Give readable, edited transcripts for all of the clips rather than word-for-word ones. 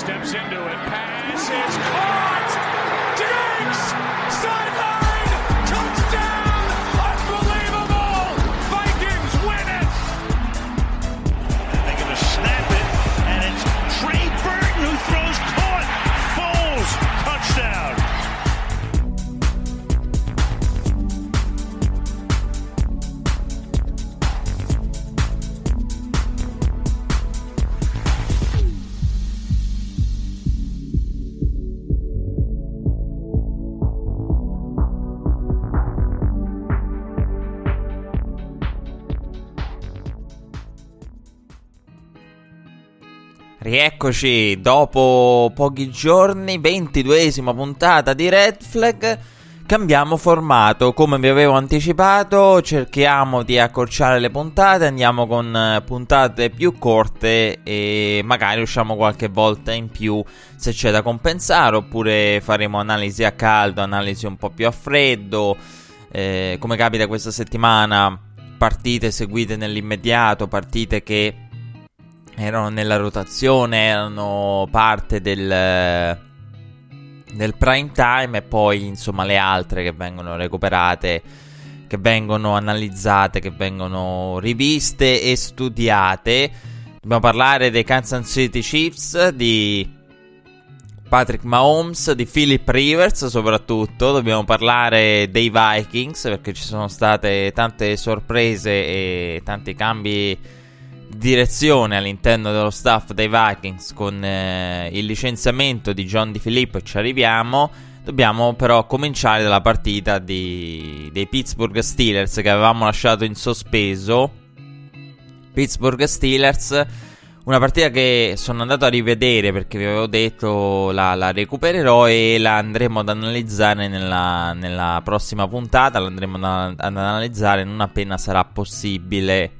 steps into it. Pass is caught. Diggs, sideline, touchdown, unbelievable. Vikings win it. And they're going to snap it, and it's Trey Burton who throws caught. Foles, touchdown. Rieccoci dopo pochi giorni, 22esima puntata di Red Flag. Cambiamo formato, come vi avevo anticipato, cerchiamo di accorciare le puntate, andiamo con puntate più corte e magari usciamo qualche volta in più se c'è da compensare, oppure faremo analisi a caldo, analisi un po' più a freddo, come capita questa settimana, partite seguite nell'immediato, partite che erano nella rotazione, erano parte del prime time, e poi insomma le altre che vengono recuperate, che vengono analizzate, che vengono riviste e studiate. Dobbiamo parlare dei Kansas City Chiefs, di Patrick Mahomes, di Philip Rivers soprattutto. Dobbiamo parlare dei Vikings, perché ci sono state tante sorprese e tanti cambi direzione all'interno dello staff dei Vikings, con il licenziamento di John DeFilippo, e ci arriviamo. Dobbiamo però cominciare dalla partita dei Pittsburgh Steelers, che avevamo lasciato in sospeso. Pittsburgh Steelers, una partita che sono andato a rivedere perché vi avevo detto la recupererò e la andremo ad analizzare nella prossima puntata. La andremo ad analizzare non appena sarà possibile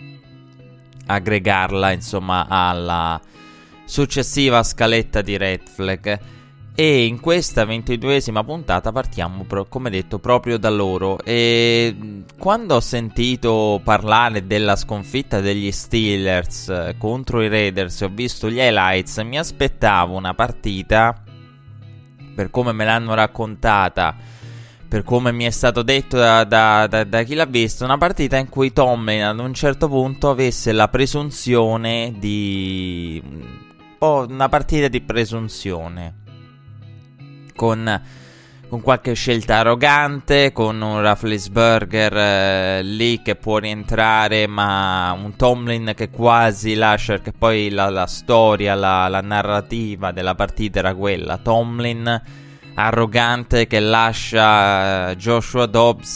aggregarla insomma alla successiva scaletta di Red Flag. E in questa 22esima puntata partiamo come detto proprio da loro. E quando ho sentito parlare della sconfitta degli Steelers contro i Raiders e ho visto gli highlights, mi aspettavo una partita, per come me l'hanno raccontata, per come mi è stato detto da chi l'ha visto, una partita in cui Tomlin ad un certo punto avesse la presunzione di una partita di presunzione, con qualche scelta arrogante, con un Roethlisberger lì che può rientrare, ma un Tomlin che quasi lascia, perché poi la storia, la narrativa della partita era quella: Tomlin arrogante che lascia Joshua Dobbs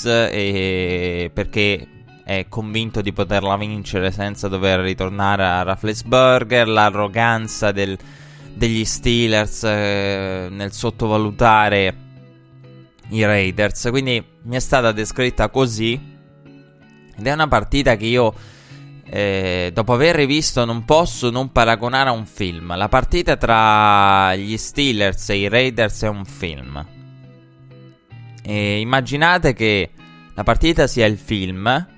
perché è convinto di poterla vincere senza dover ritornare a Roethlisberger. L'arroganza degli Steelers nel sottovalutare i Raiders. Quindi mi è stata descritta così, ed è una partita che io dopo aver rivisto non posso non paragonare a un film. La partita tra gli Steelers e i Raiders è un film, e immaginate che la partita sia il film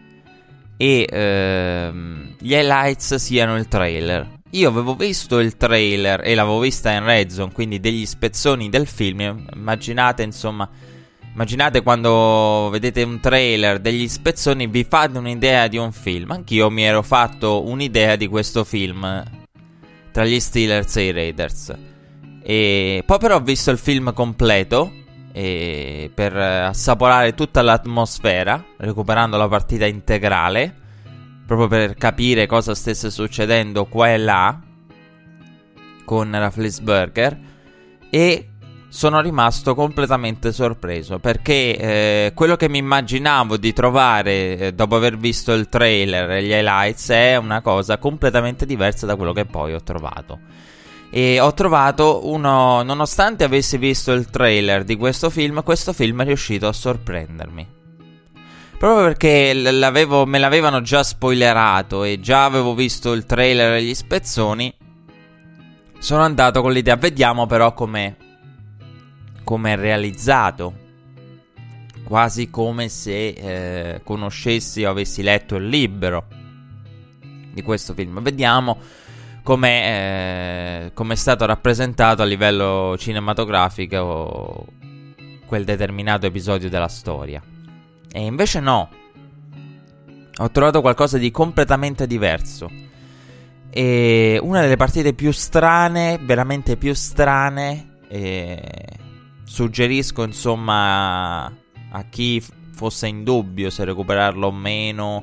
e gli highlights siano il trailer. Io avevo visto il trailer e l'avevo vista in Red Zone, quindi degli spezzoni del film. Immaginate quando vedete un trailer, degli spezzoni, vi fate un'idea di un film. Anch'io mi ero fatto un'idea di questo film tra gli Steelers e i Raiders, e poi però ho visto il film completo per assaporare tutta l'atmosfera, recuperando la partita integrale, proprio per capire cosa stesse succedendo qua e là con Roethlisberger. E sono rimasto completamente sorpreso, perché quello che mi immaginavo di trovare dopo aver visto il trailer e gli highlights è una cosa completamente diversa da quello che poi ho trovato. E ho trovato nonostante avessi visto il trailer di questo film è riuscito a sorprendermi, proprio perché me l'avevano già spoilerato e già avevo visto il trailer e gli spezzoni. Sono andato con l'idea, vediamo però come è realizzato, quasi come se conoscessi o avessi letto il libro di questo film. Vediamo come è stato rappresentato a livello cinematografico quel determinato episodio della storia. E invece no, ho trovato qualcosa di completamente diverso. E una delle partite più strane, veramente più strane, suggerisco insomma a chi fosse in dubbio se recuperarlo o meno,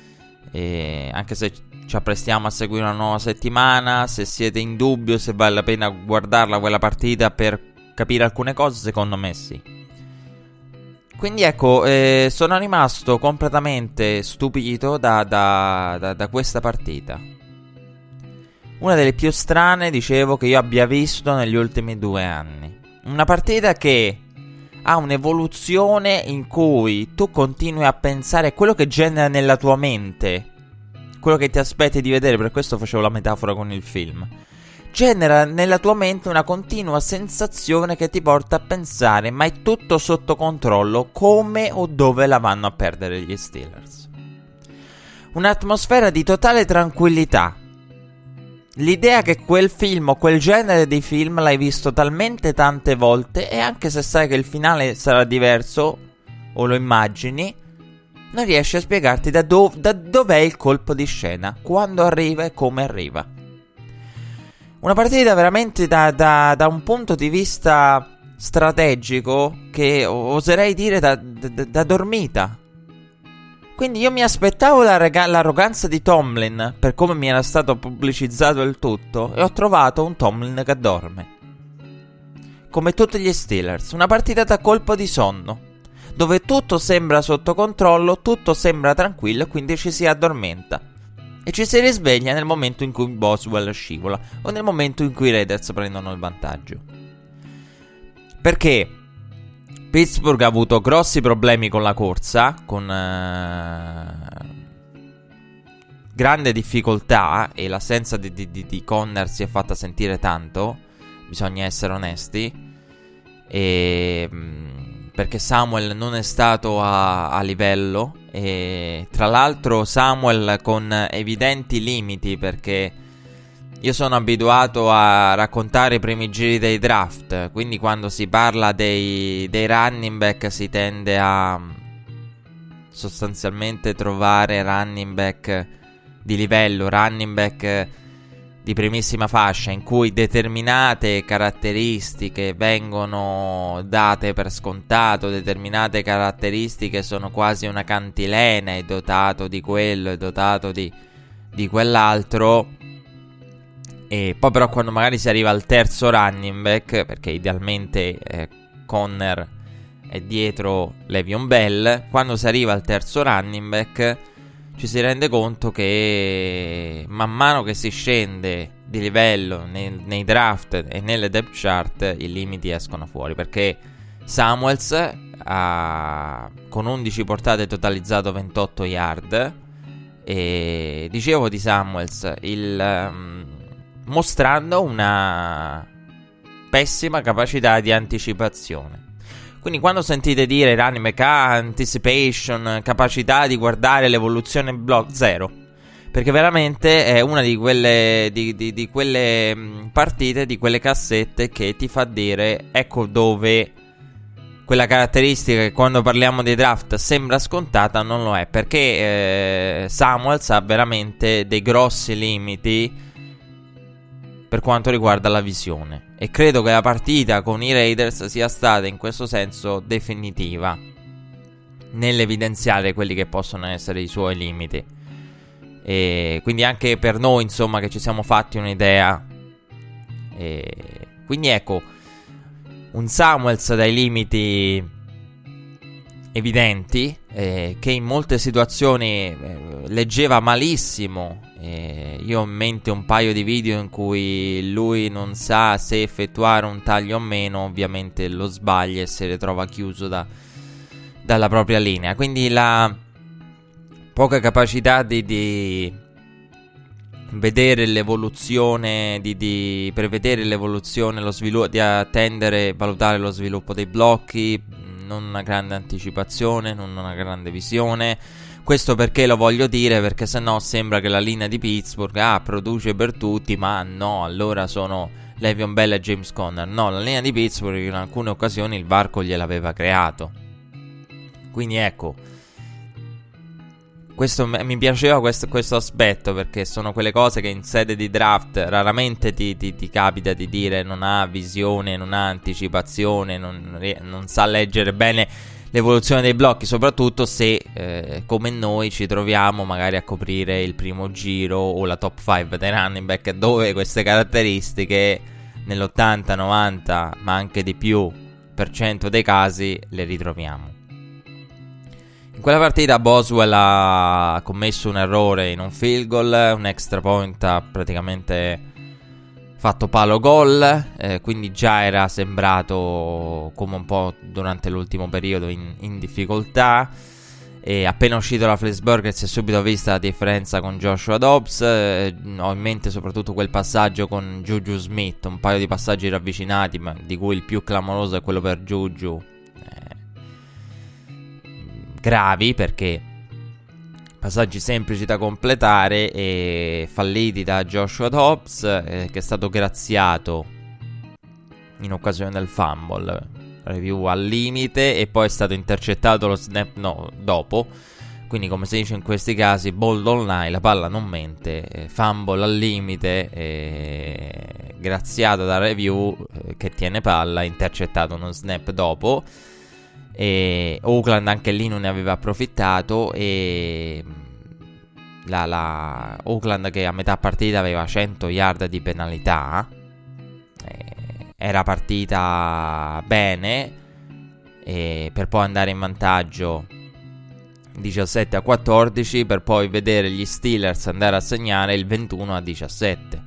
anche se ci apprestiamo a seguire una nuova settimana, se siete in dubbio se vale la pena guardarla quella partita per capire alcune cose, secondo me sì. Quindi ecco, sono rimasto completamente stupito da questa partita. Una delle più strane, dicevo, che io abbia visto negli ultimi 2 anni. Una partita che ha un'evoluzione in cui tu continui a pensare a quello che genera nella tua mente, quello che ti aspetti di vedere, per questo facevo la metafora con il film. Genera nella tua mente una continua sensazione che ti porta a pensare: ma è tutto sotto controllo? Come o dove la vanno a perdere gli Steelers? Un'atmosfera di totale tranquillità. L'idea che quel film o quel genere di film l'hai visto talmente tante volte, e anche se sai che il finale sarà diverso o lo immagini, non riesci a spiegarti da dov'è il colpo di scena, quando arriva e come arriva. Una partita veramente da un punto di vista strategico che oserei dire da dormita. Quindi io mi aspettavo l'arroganza di Tomlin per come mi era stato pubblicizzato il tutto, e ho trovato un Tomlin che dorme. Come tutti gli Steelers, una partita da colpo di sonno, dove tutto sembra sotto controllo, tutto sembra tranquillo, e quindi ci si addormenta. E ci si risveglia nel momento in cui Boswell scivola, o nel momento in cui i Raiders prendono il vantaggio. Perché Pittsburgh ha avuto grossi problemi con la corsa, con grande difficoltà, e l'assenza di Conner si è fatta sentire tanto, bisogna essere onesti, perché Samuel non è stato a livello, e tra l'altro Samuel con evidenti limiti, perché io sono abituato a raccontare i primi giri dei draft, quindi quando si parla dei running back si tende a sostanzialmente trovare running back di livello, running back di primissima fascia, in cui determinate caratteristiche vengono date per scontato, determinate caratteristiche sono quasi una cantilena, è dotato di quello, è dotato di quell'altro. E poi però quando magari si arriva al terzo running back, perché idealmente Conner è dietro Le'Veon Bell, quando si arriva al terzo running back ci si rende conto che man mano che si scende di livello nei draft e nelle depth chart i limiti escono fuori, perché Samuels ha con 11 portate totalizzato 28 yard, e dicevo di Samuels mostrando una pessima capacità di anticipazione. Quindi quando sentite dire running back anticipation, capacità di guardare l'evoluzione block, zero, perché veramente è una di quelle di quelle partite, di quelle cassette che ti fa dire ecco dove quella caratteristica che quando parliamo di draft sembra scontata non lo è, perché Samuels ha veramente dei grossi limiti per quanto riguarda la visione, e credo che la partita con i Raiders sia stata in questo senso definitiva nell'evidenziare quelli che possono essere i suoi limiti, e quindi anche per noi insomma che ci siamo fatti un'idea, e quindi ecco un Samuels dai limiti evidenti, che in molte situazioni leggeva malissimo. Io ho in mente un paio di video in cui lui non sa se effettuare un taglio o meno, ovviamente lo sbaglia e si ritrova chiuso dalla propria linea. Quindi la poca capacità di vedere l'evoluzione, di prevedere l'evoluzione, lo sviluppo, di attendere e valutare lo sviluppo dei blocchi, non una grande anticipazione, non una grande visione, Questo perché lo voglio dire? Perché sennò sembra che la linea di Pittsburgh produce per tutti, ma no, allora sono Le'Veon Bell e James Conner. No, la linea di Pittsburgh in alcune occasioni il varco gliel'aveva creato. Quindi ecco, mi piaceva questo aspetto, perché sono quelle cose che in sede di draft raramente ti capita di dire. Non ha visione, non ha anticipazione, non sa leggere bene l'evoluzione dei blocchi, soprattutto se come noi ci troviamo magari a coprire il primo giro o la top 5 dei running back, dove queste caratteristiche nell'80, 90 ma anche di più % dei casi le ritroviamo. In quella partita Boswell ha commesso un errore in un field goal, un extra point ha praticamente fatto palo gol, quindi già era sembrato come un po' durante l'ultimo periodo in difficoltà. E appena uscito la Flesburger si è subito vista la differenza con Joshua Dobbs. Ho in mente soprattutto quel passaggio con Juju Smith, un paio di passaggi ravvicinati, ma di cui il più clamoroso è quello per Juju. Gravi, perché passaggi semplici da completare e falliti da Joshua Dobbs, che è stato graziato in occasione del fumble, review al limite, e poi è stato intercettato lo snap dopo. Quindi, come si dice in questi casi, ball online, la palla non mente, fumble al limite, graziato da review che tiene palla, intercettato uno snap dopo. E Oakland anche lì non ne aveva approfittato, e la Oakland, che a metà partita aveva 100 yard di penalità, era partita bene, per poi andare in vantaggio 17-14, per poi vedere gli Steelers andare a segnare il 21-17,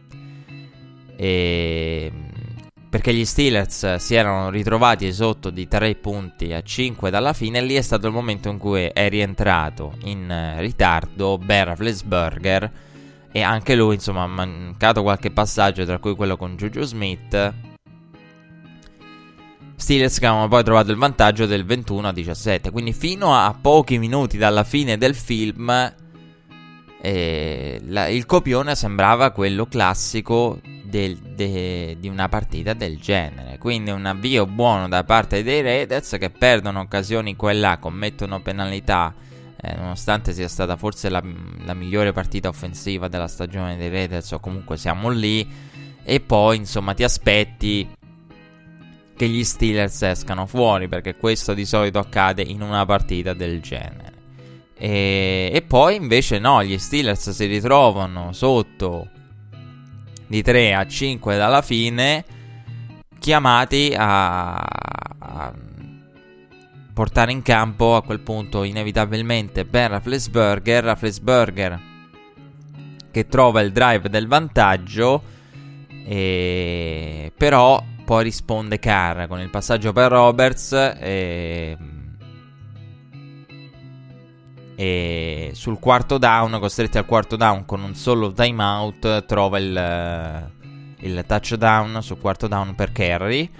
perché gli Steelers si erano ritrovati sotto di 3 punti a 5 dalla fine, e lì è stato il momento in cui è rientrato in ritardo Ben Roethlisberger, e anche lui, insomma, ha mancato qualche passaggio, tra cui quello con Juju Smith. Steelers che avevano poi trovato il vantaggio del 21-17, quindi fino a pochi minuti dalla fine del film il copione sembrava quello classico di una partita del genere. Quindi un avvio buono da parte dei Raiders, che perdono occasioni qua e là, commettono penalità, nonostante sia stata forse la migliore partita offensiva della stagione dei Raiders, o comunque siamo lì. E poi insomma ti aspetti che gli Steelers escano fuori, perché questo di solito accade in una partita del genere. E poi invece no, gli Steelers si ritrovano sotto di 3-5 dalla fine, chiamati a portare in campo a quel punto inevitabilmente Ben Roethlisberger, che trova il drive del vantaggio, però poi risponde Carr con il passaggio per Roberts, e sul quarto down, costretti al quarto down con un solo timeout, trova il touchdown sul quarto down per Kerry,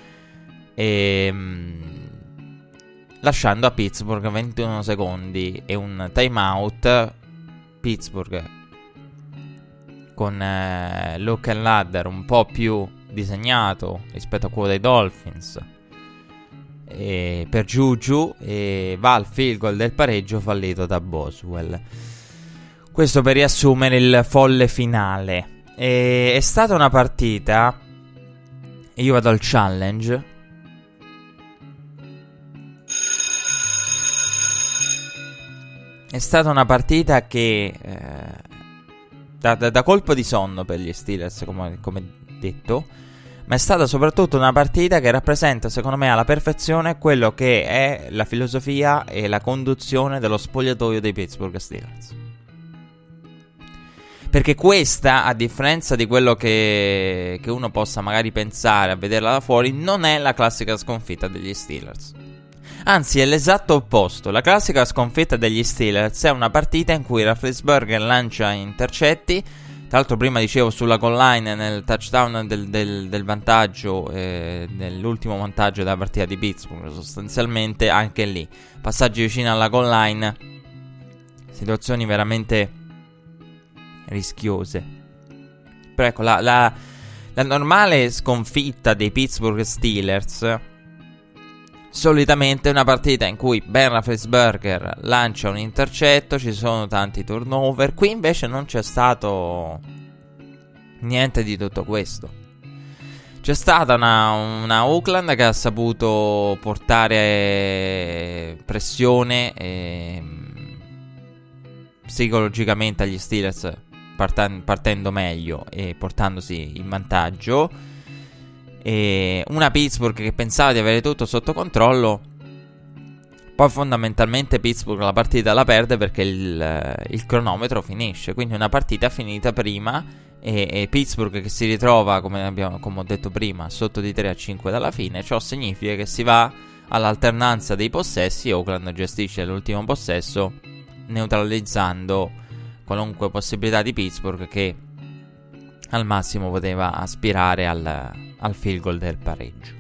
lasciando a Pittsburgh 21 secondi e un timeout. Pittsburgh con Luke and Ladder un po' più disegnato rispetto a quello dei Dolphins, per Juju, e va al field goal del pareggio fallito da Boswell. Questo per riassumere il folle finale. È stata una partita, e io vado al challenge, è stata una partita che da colpo di sonno per gli Steelers, come detto, ma è stata soprattutto una partita che rappresenta, secondo me, alla perfezione quello che è la filosofia e la conduzione dello spogliatoio dei Pittsburgh Steelers. Perché questa, a differenza di quello che uno possa magari pensare a vederla da fuori, non è la classica sconfitta degli Steelers. Anzi, è l'esatto opposto. La classica sconfitta degli Steelers è una partita in cui Roethlisberger lancia intercetti. Tra l'altro prima dicevo sulla goal line, nel touchdown del vantaggio, nell'ultimo vantaggio della partita di Pittsburgh, sostanzialmente anche lì passaggi vicino alla goal line, situazioni veramente rischiose. Però ecco, la normale sconfitta dei Pittsburgh Steelers solitamente è una partita in cui Ben Roethlisberger lancia un intercetto, ci sono tanti turnover. Qui invece non c'è stato niente di tutto questo. C'è stata una Oakland che ha saputo portare pressione psicologicamente agli Steelers, partendo meglio e portandosi in vantaggio, e una Pittsburgh che pensava di avere tutto sotto controllo. Poi fondamentalmente Pittsburgh la partita la perde perché il cronometro finisce, quindi una partita finita prima, e Pittsburgh che si ritrova, come ho detto prima, sotto di 3-5 dalla fine. Ciò significa che si va all'alternanza dei possessi. Oakland gestisce l'ultimo possesso, neutralizzando qualunque possibilità di Pittsburgh, che al massimo poteva aspirare al field goal del pareggio.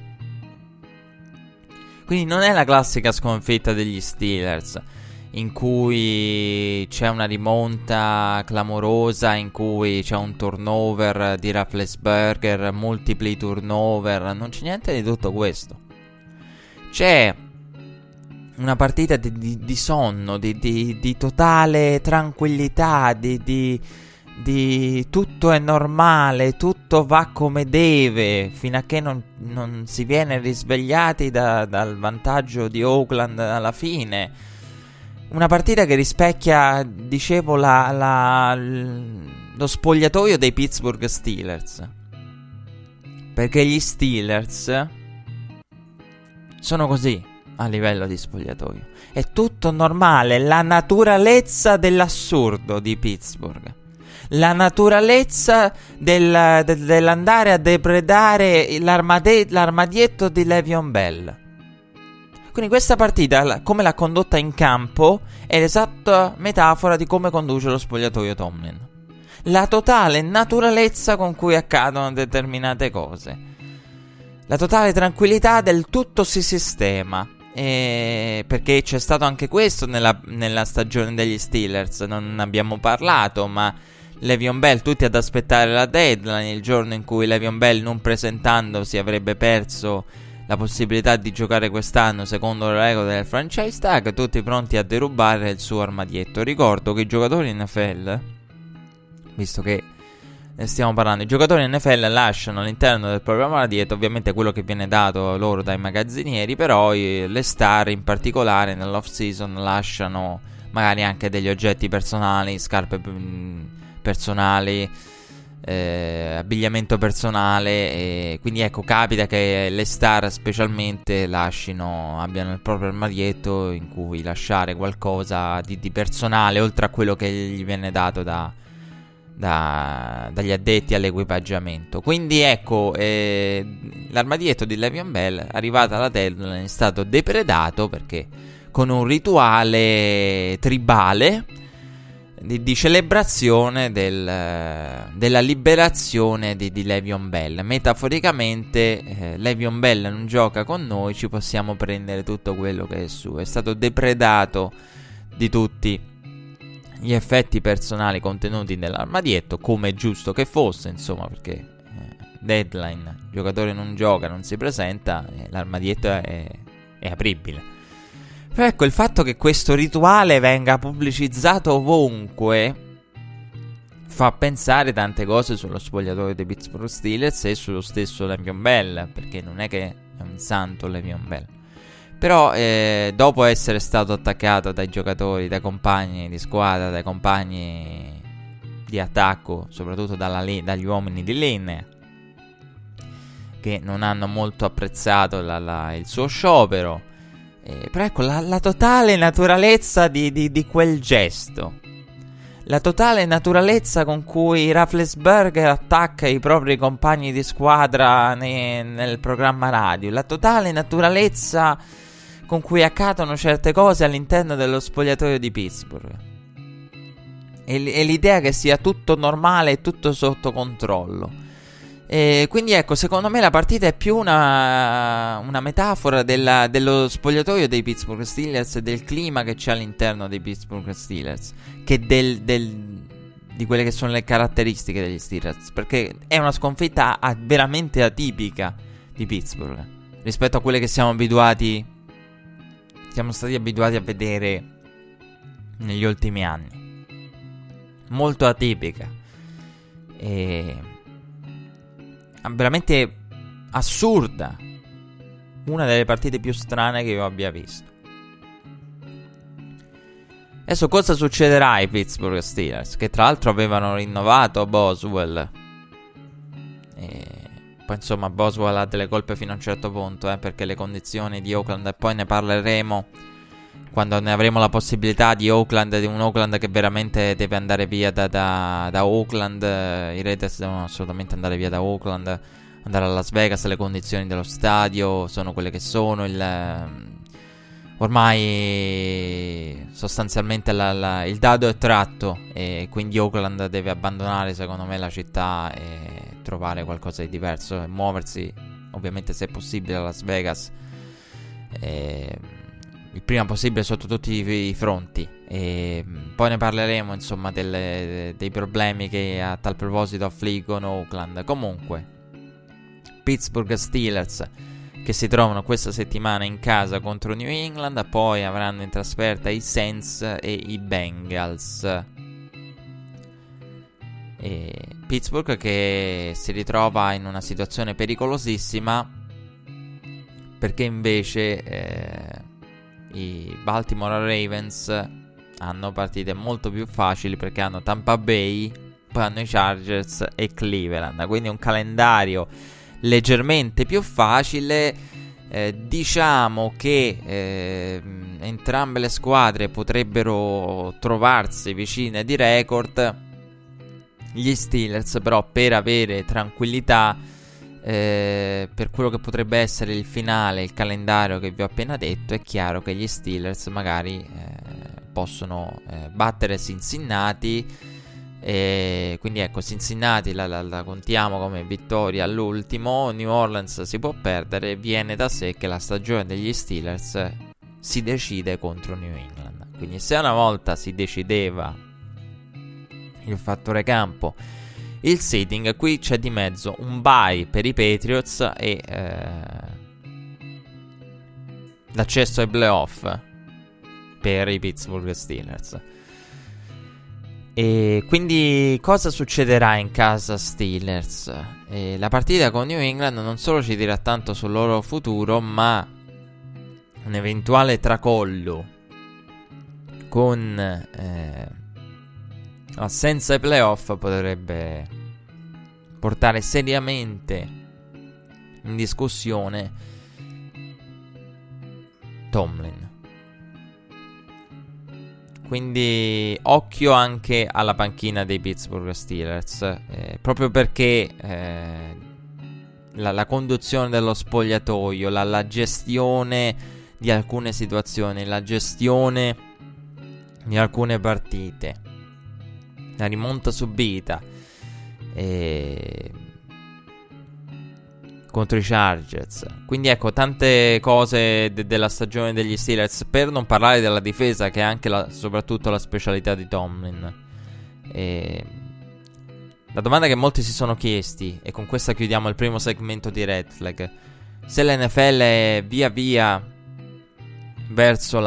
Quindi non è la classica sconfitta degli Steelers in cui c'è una rimonta clamorosa, in cui c'è un turnover di Roethlisberger, multipli turnover. Non c'è niente di tutto questo. C'è una partita di sonno, di totale tranquillità, di tutto è normale, tutto va come deve, fino a che non si viene risvegliati dal vantaggio di Oakland alla fine. Una partita che rispecchia, dicevo, lo spogliatoio dei Pittsburgh Steelers, perché gli Steelers sono così a livello di spogliatoio. È tutto normale, la naturalezza dell'assurdo di Pittsburgh, la naturalezza dell'andare a depredare l'armadietto di Le'Veon Bell. Quindi questa partita, come l'ha condotta in campo, è l'esatta metafora di come conduce lo spogliatoio Tomlin. La totale naturalezza con cui accadono determinate cose, la totale tranquillità del tutto si sistema. Perché c'è stato anche questo nella stagione degli Steelers, non ne abbiamo parlato, ma Le'Veon Bell, tutti ad aspettare la deadline, il giorno in cui Le'Veon Bell, non presentandosi, avrebbe perso la possibilità di giocare quest'anno secondo le regole del franchise tag, tutti pronti a derubare il suo armadietto. Ricordo che i giocatori NFL, visto che ne stiamo parlando, i giocatori NFL lasciano all'interno del proprio armadietto ovviamente quello che viene dato loro dai magazzinieri, però le star in particolare nell'off season lasciano magari anche degli oggetti personali, scarpe personali, abbigliamento personale, quindi ecco, capita che le star specialmente abbiano il proprio armadietto in cui lasciare qualcosa di personale, oltre a quello che gli viene dato dagli addetti all'equipaggiamento. Quindi ecco, l'armadietto di Le'Veon Bell, arrivata la deadline, è stato depredato, perché con un rituale tribale di celebrazione della liberazione di Le'Veon Bell. Metaforicamente, Le'Veon Bell non gioca con noi, ci possiamo prendere tutto quello che è suo. È stato depredato di tutti gli effetti personali contenuti nell'armadietto, come è giusto che fosse, insomma, perché deadline, il giocatore non gioca, non si presenta, l'armadietto è apribile. Però ecco, il fatto che questo rituale venga pubblicizzato ovunque fa pensare tante cose sullo spogliatoio dei Pittsburgh Steelers e sullo stesso Le'Veon Bell, perché non è che è un santo Le'Veon Bell. Però dopo essere stato attaccato dai giocatori, dai compagni di squadra, dai compagni di attacco, soprattutto dagli uomini di linea, che non hanno molto apprezzato il suo sciopero, però ecco, la totale naturalezza di quel gesto, la totale naturalezza con cui Roethlisberger attacca i propri compagni di squadra nel programma radio, la totale naturalezza con cui accadono certe cose all'interno dello spogliatoio di Pittsburgh, e l'idea che sia tutto normale e tutto sotto controllo. E quindi ecco, secondo me la partita è più una metafora dello spogliatoio dei Pittsburgh Steelers e del clima che c'è all'interno dei Pittsburgh Steelers, che di quelle che sono le caratteristiche degli Steelers, perché è una sconfitta veramente atipica di Pittsburgh rispetto a quelle che siamo stati abituati a vedere negli ultimi anni. Molto atipica e veramente assurda, una delle partite più strane che io abbia visto. Adesso cosa succederà ai Pittsburgh Steelers, che tra l'altro avevano rinnovato Boswell, e poi insomma Boswell ha delle colpe fino a un certo punto, perché le condizioni di Oakland, e poi ne parleremo quando ne avremo la possibilità, di Oakland, di un Oakland che veramente deve andare via da Oakland. I Raiders devono assolutamente andare via da Oakland, andare a Las Vegas. Le condizioni dello stadio sono quelle che sono, ormai sostanzialmente il dado è tratto, e quindi Oakland deve abbandonare secondo me la città e trovare qualcosa di diverso e muoversi ovviamente, se possibile, a Las Vegas il prima possibile sotto tutti i fronti. E poi ne parleremo insomma dei problemi che a tal proposito affliggono Oakland. Comunque, Pittsburgh Steelers che si trovano questa settimana in casa contro New England, poi avranno in trasferta i Saints e i Bengals. E Pittsburgh che si ritrova in una situazione pericolosissima, perché invece i Baltimore Ravens hanno partite molto più facili, perché hanno Tampa Bay, poi hanno i Chargers e Cleveland, quindi un calendario leggermente più facile. Diciamo che entrambe le squadre potrebbero trovarsi vicine di record. Gli Steelers però, per avere tranquillità per quello che potrebbe essere il finale, il calendario che vi ho appena detto, è chiaro che gli Steelers magari possono battere Cincinnati, quindi ecco, Cincinnati la contiamo come vittoria all'ultimo. New Orleans si può perdere, viene da sé che la stagione degli Steelers si decide contro New England. Quindi se una volta si decideva il fattore campo, il seeding, qui c'è di mezzo un bye per i Patriots e l'accesso ai playoff per i Pittsburgh Steelers. E quindi cosa succederà in casa Steelers? La partita con New England non solo ci dirà tanto sul loro futuro, ma un eventuale tracollo con l'assenza ai playoff potrebbe portare seriamente in discussione Tomlin. Quindi occhio anche alla panchina dei Pittsburgh Steelers, proprio perché la conduzione dello spogliatoio, la gestione di alcune situazioni, la gestione di alcune partite, la rimonta subita contro i Chargers. Quindi ecco, tante cose della stagione degli Steelers, per non parlare della difesa, che è anche soprattutto la specialità di Tomlin. La domanda che molti si sono chiesti, e con questa chiudiamo il primo segmento di Red Flag: se l'NFL è va via verso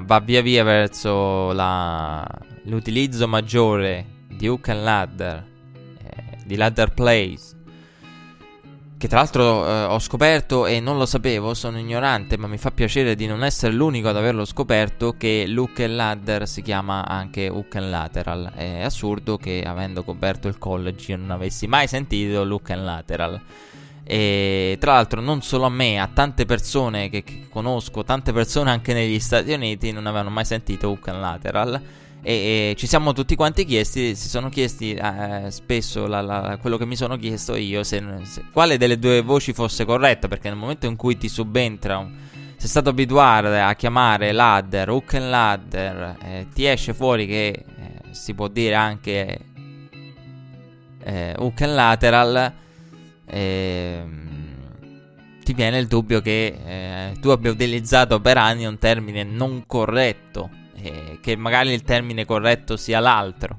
l'utilizzo maggiore di hook and ladder, di ladder plays, che tra l'altro ho scoperto e non lo sapevo, sono ignorante, ma mi fa piacere di non essere l'unico ad averlo scoperto, che l'hook and ladder si chiama anche hook and lateral. È assurdo che, avendo coperto il college, io non avessi mai sentito l'hook and lateral. E tra l'altro non solo a me, a tante persone che conosco, tante persone anche negli Stati Uniti non avevano mai sentito hook and lateral. E ci siamo tutti quanti chiesti, si sono chiesti spesso quello che mi sono chiesto io, se quale delle due voci fosse corretta, perché nel momento in cui ti subentra sei stato abituato a chiamare ladder, hook and ladder, ti esce fuori che si può dire anche hook and lateral, ti viene il dubbio che tu abbia utilizzato per anni un termine non corretto, che magari il termine corretto sia l'altro.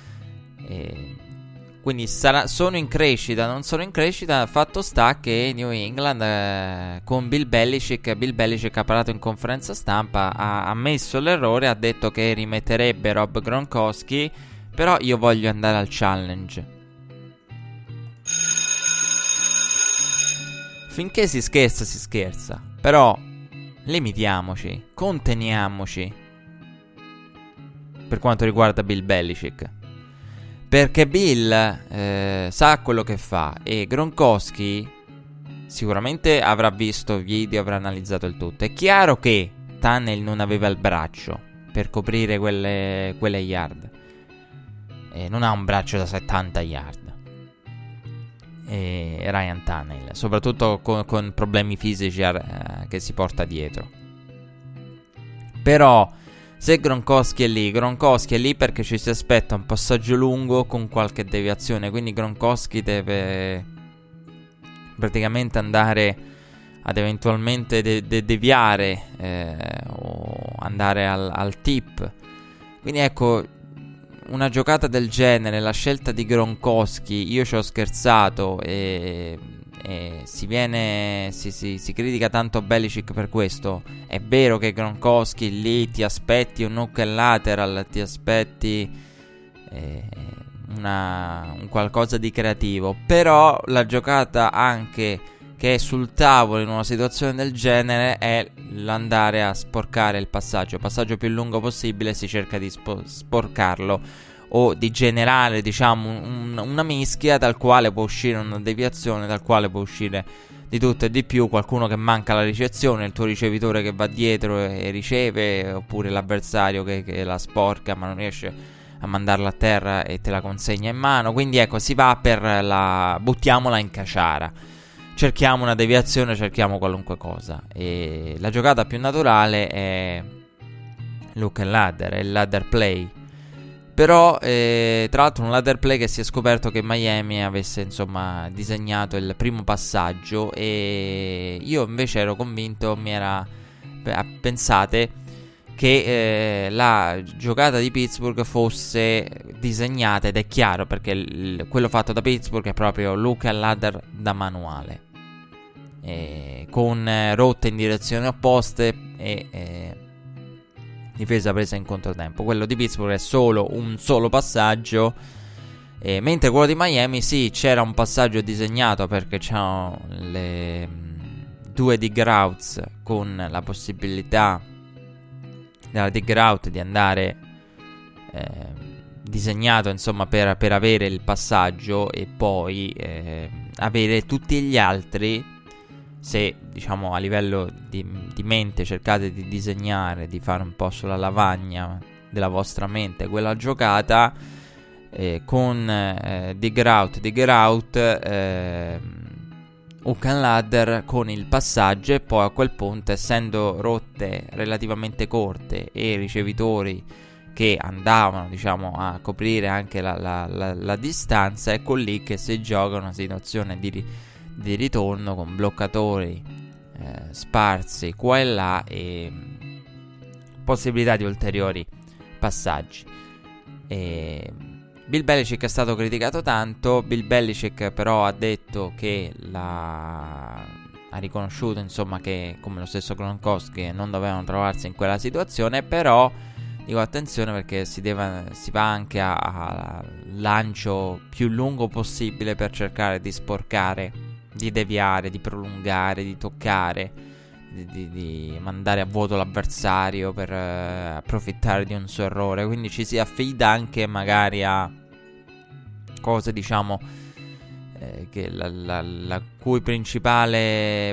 Quindi sono in crescita, non sono in crescita. Fatto sta che New England con Bill Belichick ha parlato in conferenza stampa, ha ammesso l'errore, ha detto che rimetterebbe Rob Gronkowski, però io voglio andare al challenge. Finché si scherza, però limitiamoci, conteniamoci per quanto riguarda Bill Belichick, perché Bill sa quello che fa e Gronkowski sicuramente avrà visto video, avrà analizzato il tutto. È chiaro che Tunnel non aveva il braccio per coprire quelle yard, non ha un braccio da 70 yard. E Ryan Tunnel, soprattutto con problemi fisici che si porta dietro. Però se Gronkowski è lì perché ci si aspetta un passaggio lungo con qualche deviazione. Quindi Gronkowski deve praticamente andare ad eventualmente deviare o andare al tip. Quindi ecco, una giocata del genere, la scelta di Gronkowski, io ci ho scherzato e si critica tanto Belichick per questo. È vero che Gronkowski lì ti aspetti un hook and lateral, ti aspetti un qualcosa di creativo, però la giocata anche che è sul tavolo in una situazione del genere è l'andare a sporcare il passaggio più lungo possibile. Si cerca di sporcarlo o di generare, diciamo, una mischia dal quale può uscire una deviazione, dal quale può uscire di tutto e di più. Qualcuno che manca la ricezione, il tuo ricevitore che va dietro e riceve, oppure l'avversario che la sporca ma non riesce a mandarla a terra e te la consegna in mano. Quindi ecco, si va per buttiamola in caciara, cerchiamo una deviazione, cerchiamo qualunque cosa. E la giocata più naturale è look and ladder, è il ladder play. Però tra l'altro un ladder play che si è scoperto che Miami avesse insomma disegnato il primo passaggio, e io invece ero convinto, pensate che la giocata di Pittsburgh fosse disegnata, ed è chiaro perché quello fatto da Pittsburgh è proprio look and ladder da manuale, con rotte in direzioni opposte e difesa presa in controtempo. Quello di Pittsburgh è solo un solo passaggio, mentre quello di Miami sì, c'era un passaggio disegnato perché c'erano le due dig routes con la possibilità della dig route di andare disegnato insomma per avere il passaggio e poi avere tutti gli altri. Se diciamo a livello di mente cercate di disegnare, di fare un po' sulla lavagna della vostra mente quella giocata, con dig route, hook and ladder con il passaggio, e poi a quel punto, essendo rotte relativamente corte e ricevitori che andavano diciamo a coprire anche la distanza, ecco lì che si gioca una situazione di ritorno con bloccatori sparsi qua e là e possibilità di ulteriori passaggi. Bill Belichick è stato criticato tanto. Bill Belichick però ha detto che ha riconosciuto insomma che, come lo stesso Gronkowski, non dovevano trovarsi in quella situazione. Però dico attenzione, perché si va anche a lancio più lungo possibile per cercare di sporcare, di deviare, di prolungare, di toccare, di mandare a vuoto l'avversario per approfittare di un suo errore. Quindi ci si affida anche magari a cose diciamo che il cui principale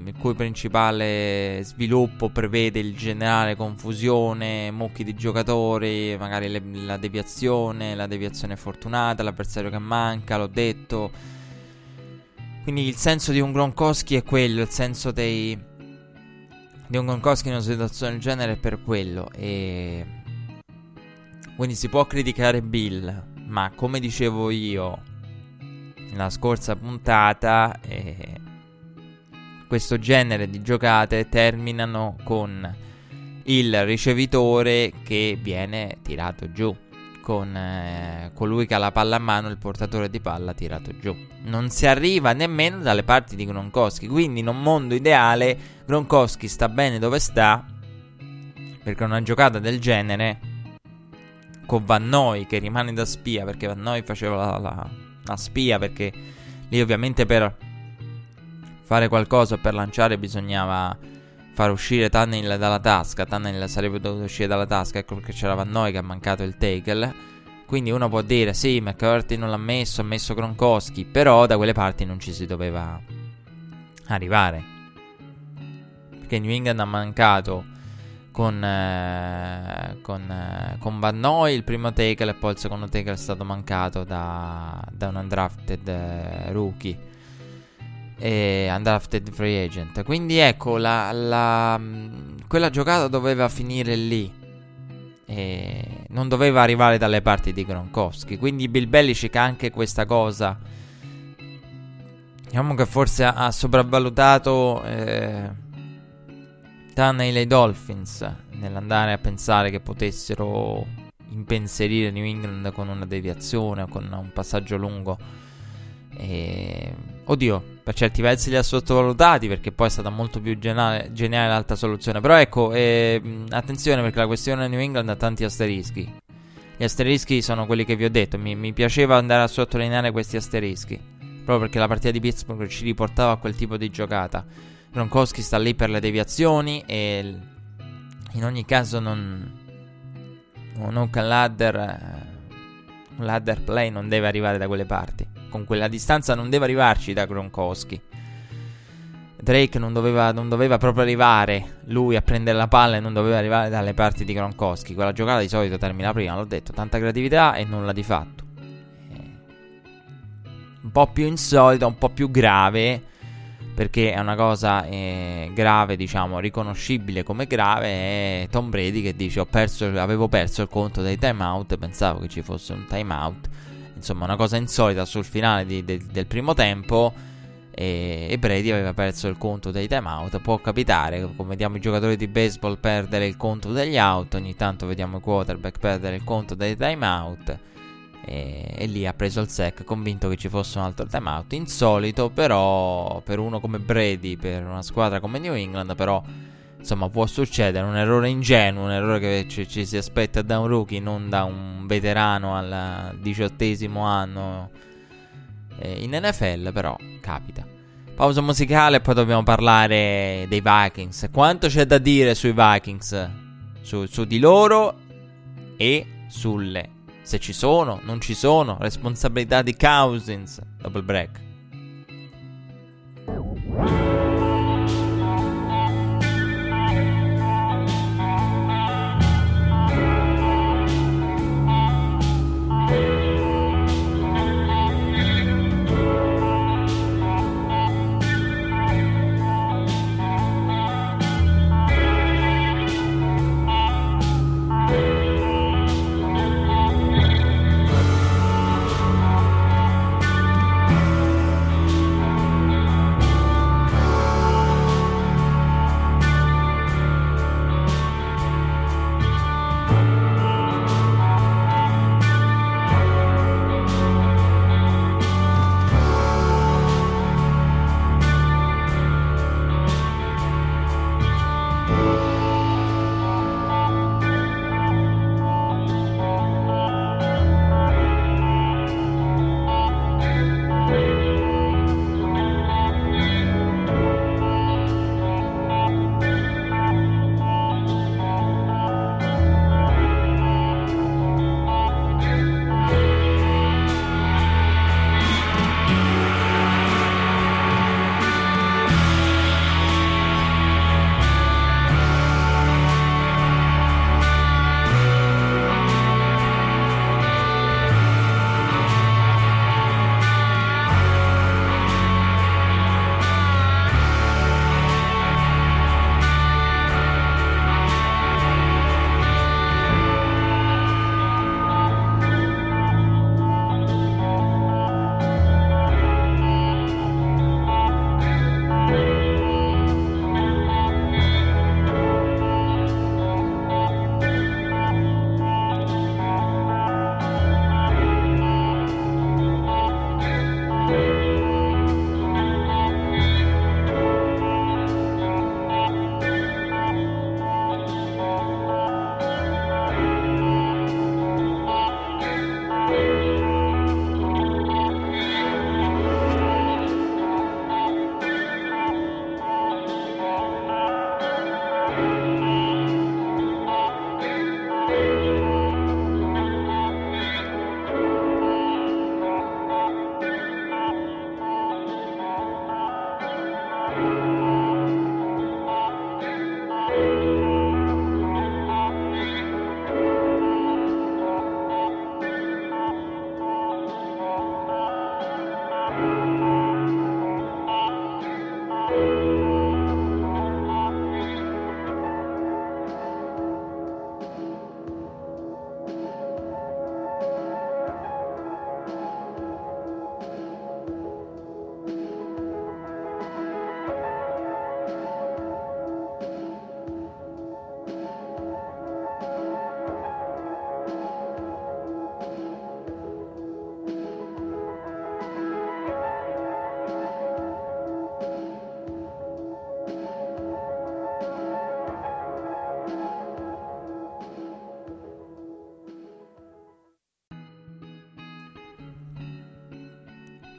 sviluppo prevede il generare confusione, mucchi di giocatori, magari la deviazione fortunata, l'avversario che manca, l'ho detto. Quindi il senso di un Gronkowski è quello, il senso di un Gronkowski in una situazione del genere è per quello. E quindi si può criticare Bill, ma come dicevo io, la scorsa puntata, questo genere di giocate terminano con il ricevitore che viene tirato giù, con colui che ha la palla a mano, il portatore di palla tirato giù. Non si arriva nemmeno dalle parti di Gronkowski, quindi in un mondo ideale Gronkowski sta bene dove sta, perché una giocata del genere con Van Noy che rimane da spia, perché Van Noy faceva la spia, perché lì ovviamente per fare qualcosa, per lanciare bisognava far uscire Tannehill dalla tasca. Tannehill sarebbe dovuto uscire dalla tasca, ecco perché c'era Van Noy che ha mancato il tackle. Quindi uno può dire sì, McCourty non l'ha messo, ha messo Gronkowski, però da quelle parti non ci si doveva arrivare, perché New England ha mancato con Van Noy il primo tackle, e poi il secondo tackle è stato mancato da un undrafted rookie e undrafted free agent. Quindi ecco, quella giocata doveva finire lì e non doveva arrivare dalle parti di Gronkowski. Quindi Bill Belichick anche questa cosa, diciamo che forse ha sopravvalutato Tannehill e i Dolphins nell'andare a pensare che potessero impensierire New England con una deviazione o con un passaggio lungo. Oddio, per certi versi li ha sottovalutati, perché poi è stata molto più geniale l'altra soluzione. Però ecco, attenzione, perché la questione New England ha tanti asterischi. Gli asterischi sono quelli che vi ho detto. Mi piaceva andare a sottolineare questi asterischi, proprio perché la partita di Pittsburgh ci riportava a quel tipo di giocata. Gronkowski sta lì per le deviazioni e in ogni caso un ladder play non deve arrivare da quelle parti. Con quella distanza non deve arrivarci da Gronkowski. Drake non doveva proprio arrivare lui a prendere la palla, e non doveva arrivare dalle parti di Gronkowski. Quella giocata di solito termina prima, l'ho detto, tanta creatività e nulla di fatto. Un po' più insolita, un po' più grave, perché è una cosa grave, diciamo, riconoscibile come grave, è Tom Brady che dice avevo perso il conto dei timeout, pensavo che ci fosse un timeout. Insomma, una cosa insolita sul finale del primo tempo, e Brady aveva perso il conto dei timeout. Può capitare, come vediamo i giocatori di baseball perdere il conto degli out, ogni tanto vediamo i quarterback perdere il conto dei timeout, e lì ha preso il sack convinto che ci fosse un altro timeout. Insolito, però per uno come Brady, per una squadra come New England, però insomma può succedere, un errore ingenuo, un errore che ci si aspetta da un rookie, non da un veterano al 18° anno in NFL, però capita. Pausa musicale e poi dobbiamo parlare dei Vikings. Quanto c'è da dire sui Vikings, su di loro e sulle, se ci sono, non ci sono, responsabilità di Cousins dopo il break.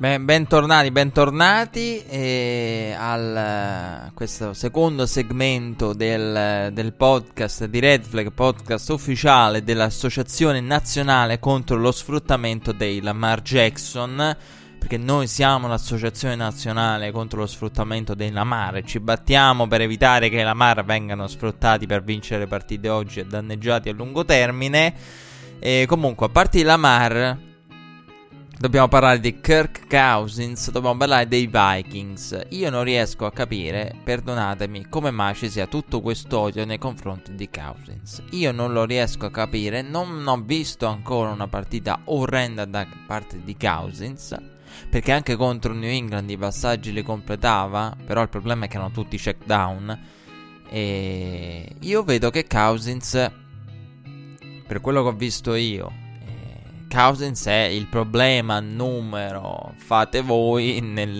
Bentornati al questo secondo segmento del podcast di Red Flag, podcast ufficiale dell'Associazione Nazionale contro lo Sfruttamento dei Lamar Jackson, perché noi siamo l'Associazione Nazionale contro lo Sfruttamento dei Lamar e ci battiamo per evitare che i Lamar vengano sfruttati per vincere partite oggi e danneggiati a lungo termine. E comunque, a parte i Lamar, dobbiamo parlare di Kirk Cousins, dobbiamo parlare dei Vikings. Io non riesco a capire, perdonatemi, come mai ci sia tutto questo odio nei confronti di Cousins. Io non lo riesco a capire, non ho visto ancora una partita orrenda da parte di Cousins, perché anche contro New England i passaggi li completava, però il problema è che erano tutti check down. E io vedo che Cousins, per quello che ho visto io, Cousins è il problema numero, fate voi,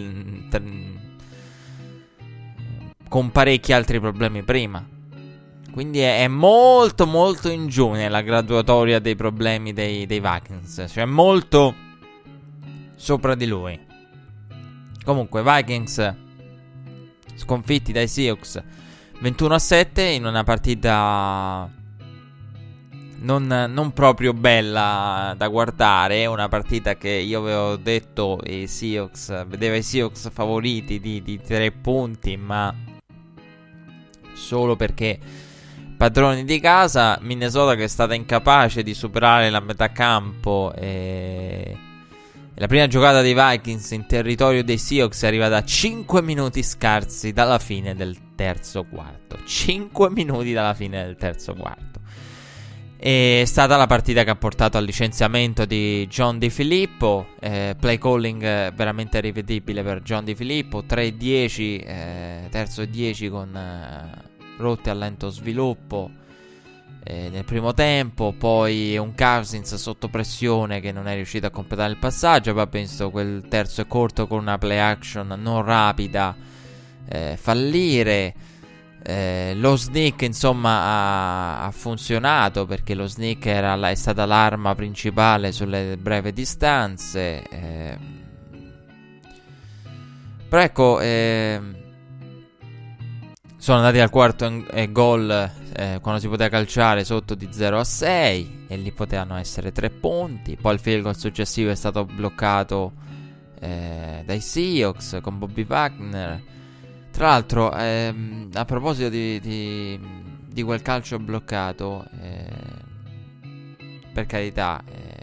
con parecchi altri problemi prima. Quindi è molto molto in giù nella graduatoria dei problemi dei Vikings, cioè molto sopra di lui. Comunque, Vikings sconfitti dai Seahawks 21-7 in una partita non proprio bella da guardare. Una partita che io avevo detto vedeva i Seahawks favoriti di 3 punti, ma solo perché padroni di casa. Minnesota che è stata incapace di superare la metà campo, e la prima giocata dei Vikings in territorio dei Seahawks è arrivata a 5 minuti scarsi dalla fine del terzo quarto. 5 minuti dalla fine del terzo quarto. È stata la partita che ha portato al licenziamento di John DiFilippo. Play calling veramente rivedibile per John DiFilippo. 3-10, terzo e 10 con rotte a lento sviluppo nel primo tempo. Poi un Cousins sotto pressione che non è riuscito a completare il passaggio. Poi penso quel terzo e corto con una play action non rapida fallire. Lo sneak insomma ha funzionato, perché lo sneak è stata l'arma principale sulle breve distanze, però ecco, sono andati al quarto gol quando si poteva calciare sotto di 0-6 e lì potevano essere 3 punti. Poi il field goal successivo è stato bloccato dai Seahawks con Bobby Wagner. Tra l'altro, a proposito di quel calcio bloccato, per carità,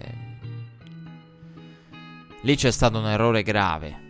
lì c'è stato un errore grave.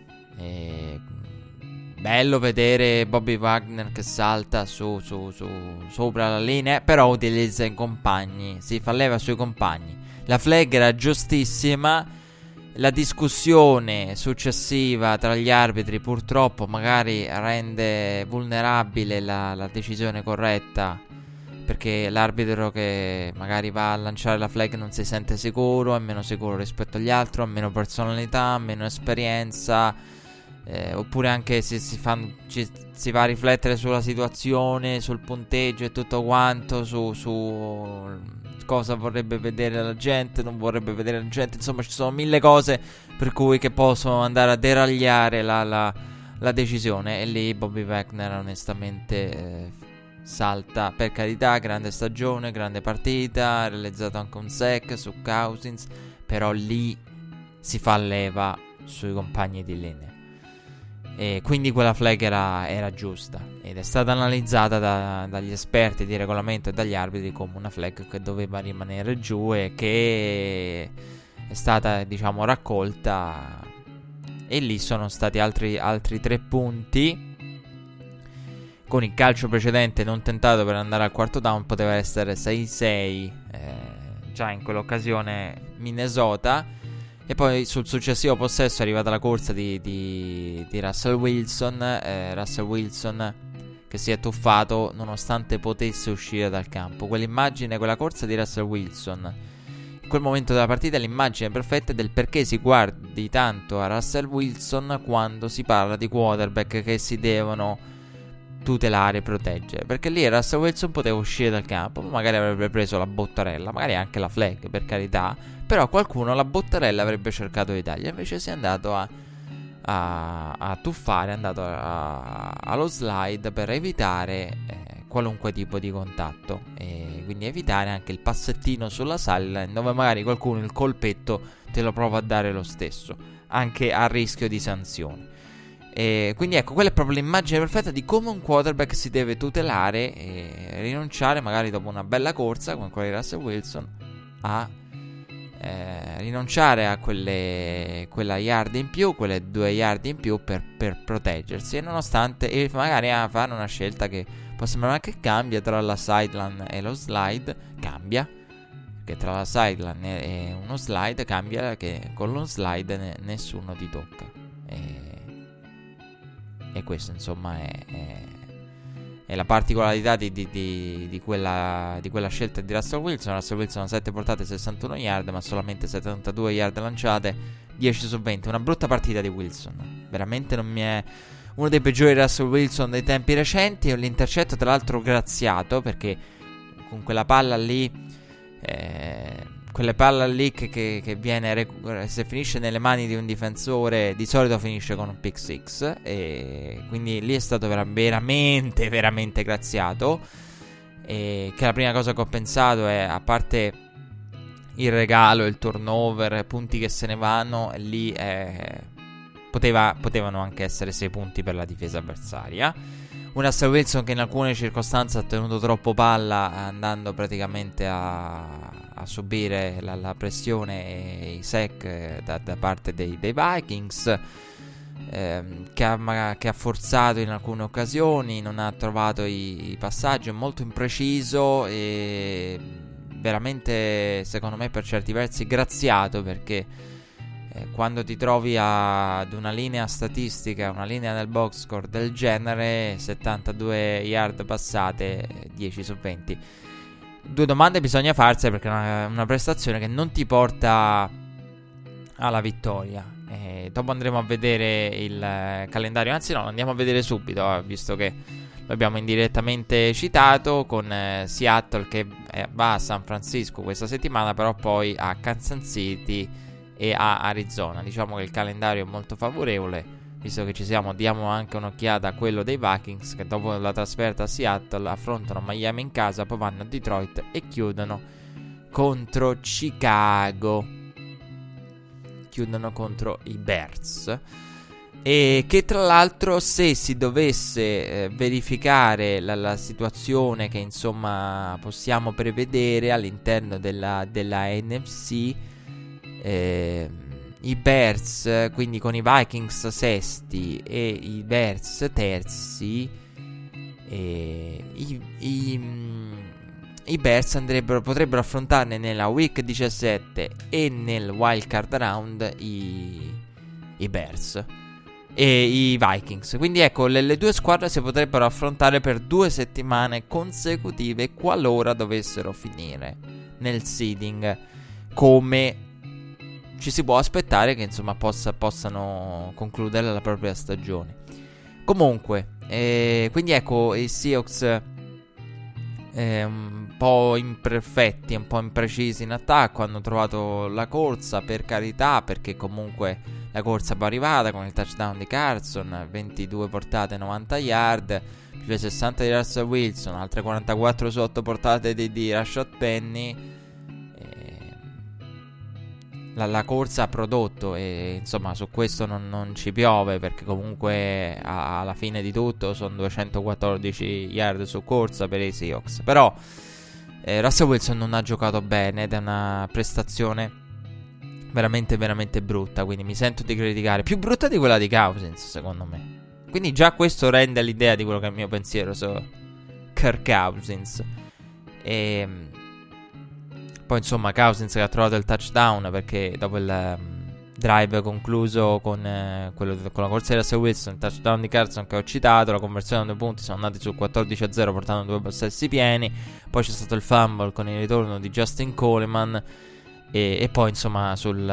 Bello vedere Bobby Wagner che salta sopra la linea, però utilizza i compagni, si fa leva sui compagni. La flag era giustissima. La discussione successiva tra gli arbitri purtroppo magari rende vulnerabile la decisione corretta, perché l'arbitro che magari va a lanciare la flag non si sente sicuro, è meno sicuro rispetto agli altri, ha meno personalità, meno esperienza, oppure anche si va a riflettere sulla situazione, sul punteggio e tutto quanto, su cosa vorrebbe vedere la gente, non vorrebbe vedere la gente. Insomma, ci sono 1000 cose per cui che possono andare a deragliare la decisione. E lì Bobby Wagner onestamente salta. Per carità, grande stagione, grande partita, ha realizzato anche un sack su Cousins, però lì si fa leva sui compagni di linea. E quindi quella flag era giusta ed è stata analizzata dagli esperti di regolamento e dagli arbitri come una flag che doveva rimanere giù, e che è stata, diciamo, raccolta. E lì sono stati altri 3 punti. Con il calcio precedente non tentato per andare al quarto down poteva essere 6-6 già in quell'occasione Minnesota. E poi sul successivo possesso è arrivata la corsa di Russell Wilson. Russell Wilson che si è tuffato nonostante potesse uscire dal campo. Quell'immagine, quella corsa di Russell Wilson in quel momento della partita è l'immagine perfetta del perché si guardi tanto a Russell Wilson quando si parla di quarterback che si devono tutelare e proteggere. Perché lì Russell Wilson poteva uscire dal campo, magari avrebbe preso la bottarella, magari anche la flag, per carità, però qualcuno la bottarella avrebbe cercato di dargli. Invece si è andato a a tuffare, è andato allo slide per evitare qualunque tipo di contatto, e quindi evitare anche il passettino sulla sideline dove magari qualcuno il colpetto te lo prova a dare lo stesso, anche a rischio di sanzioni. E quindi ecco, quella è proprio l'immagine perfetta di come un quarterback si deve tutelare e rinunciare magari dopo una bella corsa come quella di Russell Wilson a rinunciare a quella yard in più, quelle 2 yard in più per proteggersi, e nonostante magari fare una scelta che può sembrare che cambia tra la sideline e lo slide, cambia, perché tra la sideline e uno slide cambia che con lo slide nessuno ti tocca, e questo insomma è la particolarità di quella scelta di Russell Wilson. Russell Wilson ha 7 portate, 61 yard, ma solamente 72 yard lanciate, 10 su 20. Una brutta partita di Wilson, veramente non mi è uno dei peggiori Russell Wilson dei tempi recenti. L'intercetto tra l'altro graziato, perché con quella palla lì che viene se finisce nelle mani di un difensore di solito finisce con un pick six, e quindi lì è stato veramente veramente graziato, e che la prima cosa che ho pensato è, a parte il regalo, il turnover, punti che se ne vanno, lì potevano anche essere 6 punti per la difesa avversaria. Un Russell Wilson che in alcune circostanze ha tenuto troppo palla, andando praticamente a subire la pressione e i sack da parte dei Vikings, che ha forzato in alcune occasioni, non ha trovato i passaggi, è molto impreciso e veramente, secondo me, per certi versi graziato, perché quando ti trovi ad una linea statistica, una linea del box score del genere, 72 yard passate, 10 su 20. 2 domande bisogna farsene, perché è una prestazione che non ti porta alla vittoria. Dopo andremo a vedere il calendario, anzi no, andiamo a vedere subito, visto che lo abbiamo indirettamente citato, con Seattle che va a San Francisco questa settimana, però poi a Kansas City e a Arizona. Diciamo che il calendario è molto favorevole, visto che ci siamo. Diamo anche un'occhiata a quello dei Vikings, che dopo la trasferta a Seattle affrontano Miami in casa, poi vanno a Detroit e chiudono contro Chicago, chiudono contro i Bears, e che tra l'altro, se si dovesse verificare la situazione che insomma possiamo prevedere all'interno della NFC, i Bears, quindi con i Vikings sesti e i Bears terzi, i Bears potrebbero affrontarne nella week 17 e nel wild card round i Bears e i Vikings. Quindi ecco, le 2 squadre si potrebbero affrontare per 2 settimane consecutive, qualora dovessero finire nel seeding, come ci si può aspettare che insomma possano concludere la propria stagione. Comunque, quindi ecco, i Seahawks un po' imperfetti, un po' imprecisi in attacco, hanno trovato la corsa, per carità, perché comunque la corsa è poi arrivata con il touchdown di Carson, 22 portate, 90 yard, più le 60 di Russell Wilson, altre 44 su 8 portate di Rashad Penny. La corsa ha prodotto, e insomma su questo non ci piove, perché comunque alla fine di tutto sono 214 yard su corsa per i Seahawks. Però Russell Wilson non ha giocato bene ed è una prestazione veramente veramente brutta, quindi mi sento di criticare, più brutta di quella di Cousins secondo me. Quindi già questo rende l'idea di quello che è il mio pensiero su Kirk Cousins. Poi insomma Cousins che ha trovato il touchdown, perché dopo il drive concluso con la corsa di Russell Wilson, il touchdown di Carson che ho citato, la conversione a 2 punti, sono andati sul 14-0 portando 2 possessi pieni. Poi c'è stato il fumble con il ritorno di Justin Coleman, e poi insomma sul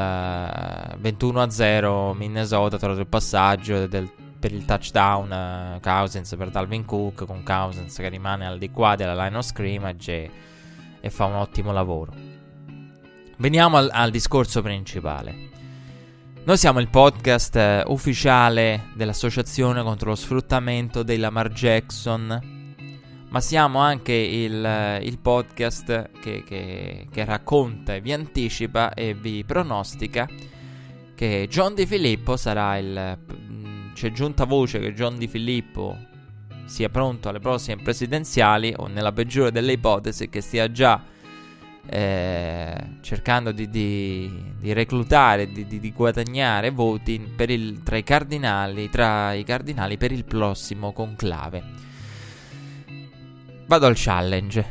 21-0 Minnesota ha trovato il passaggio per il touchdown Cousins per Dalvin Cook, con Cousins che rimane al di qua della line of scrimmage e fa un ottimo lavoro. Veniamo al discorso principale. Noi siamo il podcast ufficiale dell'Associazione contro lo sfruttamento dei Lamar Jackson, ma siamo anche il podcast che racconta e vi anticipa e vi pronostica che John DiFilippo sarà c'è giunta voce che John DiFilippo sia pronto alle prossime presidenziali, o nella peggiore delle ipotesi che stia già cercando di reclutare, di guadagnare voti tra i cardinali per il prossimo conclave. Vado al challenge.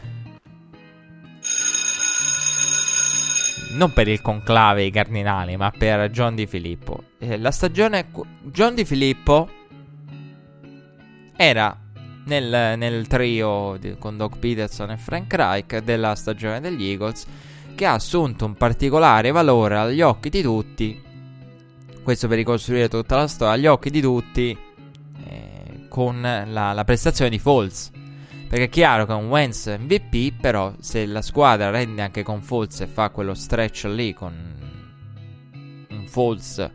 Non per il conclave i cardinali, ma per John DiFilippo. La stagione John DiFilippo era nel trio con Doug Peterson e Frank Reich della stagione degli Eagles, che ha assunto un particolare valore agli occhi di tutti, questo per ricostruire tutta la storia, agli occhi di tutti con la prestazione di Foles, perché è chiaro che è un Wentz MVP, però se la squadra rende anche con Foles e fa quello stretch lì con un Foles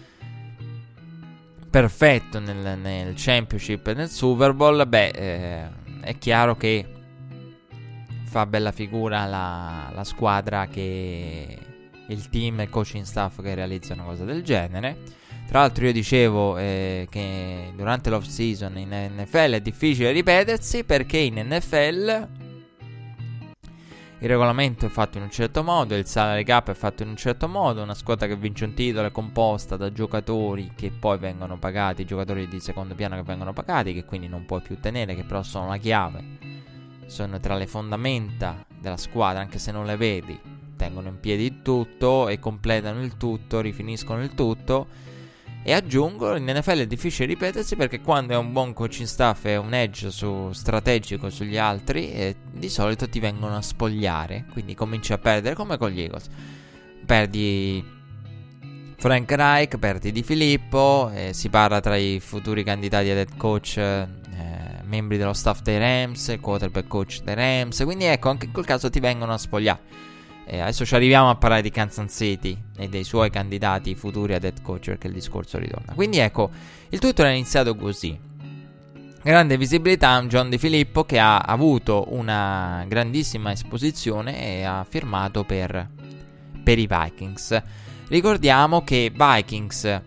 perfetto nel Championship e nel Super Bowl, è chiaro che fa bella figura la squadra, che il team e il coaching staff che realizza una cosa del genere. Tra l'altro io dicevo che durante l'off season in NFL è difficile ripetersi, perché in NFL il regolamento è fatto in un certo modo, il salary cap è fatto in un certo modo, una squadra che vince un titolo è composta da giocatori che poi vengono pagati, giocatori di secondo piano che vengono pagati, che quindi non puoi più tenere, che però sono la chiave, sono tra le fondamenta della squadra, anche se non le vedi, tengono in piedi il tutto e completano il tutto, rifiniscono il tutto. E aggiungo, in NFL è difficile ripetersi, perché quando è un buon coaching staff e un edge strategico sugli altri, di solito ti vengono a spogliare, quindi cominci a perdere, come con gli Eagles. Perdi Frank Reich, perdi DiFilippo, si parla tra i futuri candidati ad head coach, membri dello staff dei Rams, quarterback coach dei Rams, quindi ecco, anche in quel caso ti vengono a spogliare. Adesso ci arriviamo a parlare di Kansas City e dei suoi candidati futuri ad head coach, perché il discorso ritorna. Quindi ecco, il tutto è iniziato così. Grande visibilità, John DiFilippo, che ha avuto una grandissima esposizione e ha firmato per i Vikings. Ricordiamo che Vikings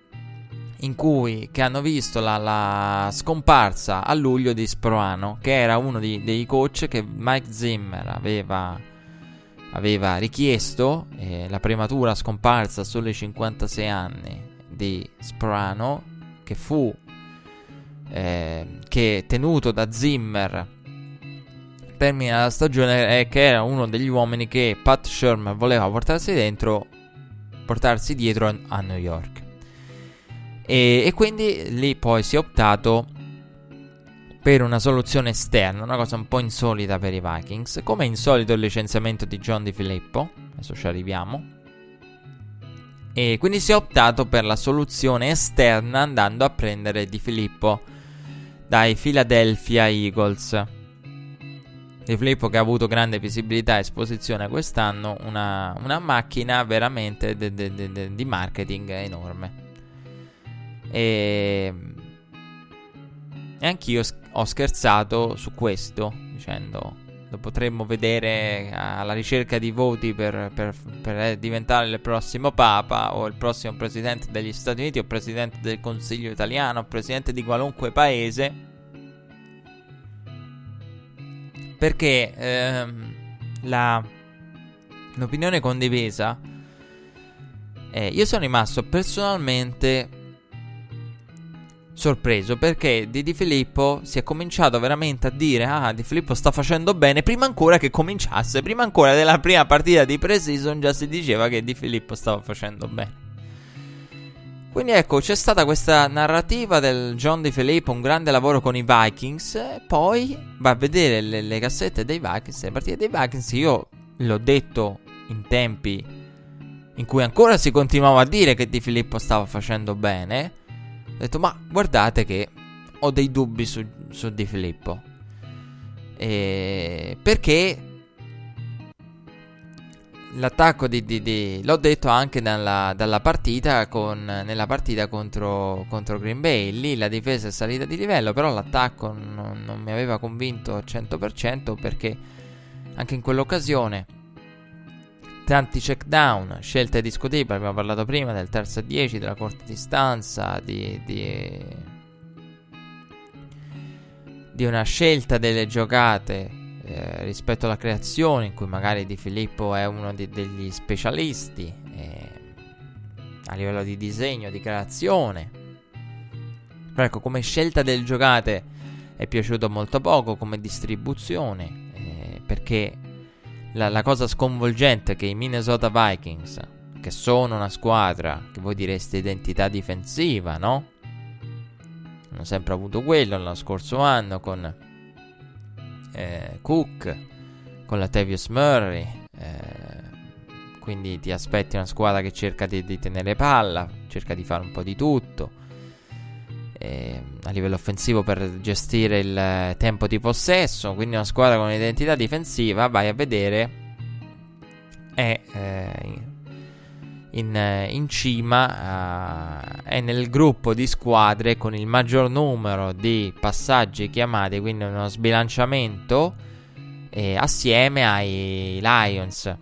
che hanno visto la scomparsa a luglio di Sproano, che era uno dei coach che Mike Zimmer aveva richiesto, la prematura scomparsa a soli 56 anni di Sproano, che fu che tenuto da Zimmer termina la stagione, che era uno degli uomini che Pat Shermer voleva portarsi dietro a New York, e quindi lì poi si è optato per una soluzione esterna, una cosa un po' insolita per i Vikings. Come è insolito il licenziamento di John DiFilippo, adesso ci arriviamo, e quindi si è optato per la soluzione esterna, andando a prendere DiFilippo dai Philadelphia Eagles. DiFilippo, che ha avuto grande visibilità e esposizione quest'anno, una macchina veramente di marketing enorme. E anch'io ho scherzato su questo, dicendo: lo potremmo vedere alla ricerca di voti per diventare il prossimo Papa, o il prossimo Presidente degli Stati Uniti, o Presidente del Consiglio italiano, o Presidente di qualunque paese, perché l'opinione condivisa, io sono rimasto personalmente sorpreso, perché di DiFilippo si è cominciato veramente a dire: DiFilippo sta facendo bene, prima ancora che cominciasse, prima ancora della prima partita di pre-season già si diceva che DiFilippo stava facendo bene. Quindi ecco, c'è stata questa narrativa del John DiFilippo, un grande lavoro con i Vikings, e poi va a vedere le cassette dei Vikings, le partite dei Vikings. Io l'ho detto in tempi in cui ancora si continuava a dire che DiFilippo stava facendo bene. Ho detto: ma guardate che ho dei dubbi su DiFilippo, perché l'attacco l'ho detto anche dalla partita nella partita contro Green Bay. Lì la difesa è salita di livello, però l'attacco non mi aveva convinto al 100%, perché anche in quell'occasione tanti check down, scelte discutibili. Abbiamo parlato prima del terzo e 10, della corta distanza, di una scelta delle giocate rispetto alla creazione, in cui magari Di Filippo è uno degli specialisti a livello di disegno, di creazione. Però ecco, come scelta delle giocate è piaciuto molto poco, come distribuzione, perché la cosa sconvolgente è che i Minnesota Vikings, che sono una squadra che voi direste identità difensiva, no? Hanno sempre avuto quello l'anno scorso anno con Cook, con Latavius Murray, quindi ti aspetti una squadra che cerca di tenere palla, cerca di fare un po' di tutto a livello offensivo per gestire il tempo di possesso, quindi una squadra con identità difensiva. Vai a vedere, è in cima, è nel gruppo di squadre con il maggior numero di passaggi chiamati, quindi uno sbilanciamento assieme ai Lions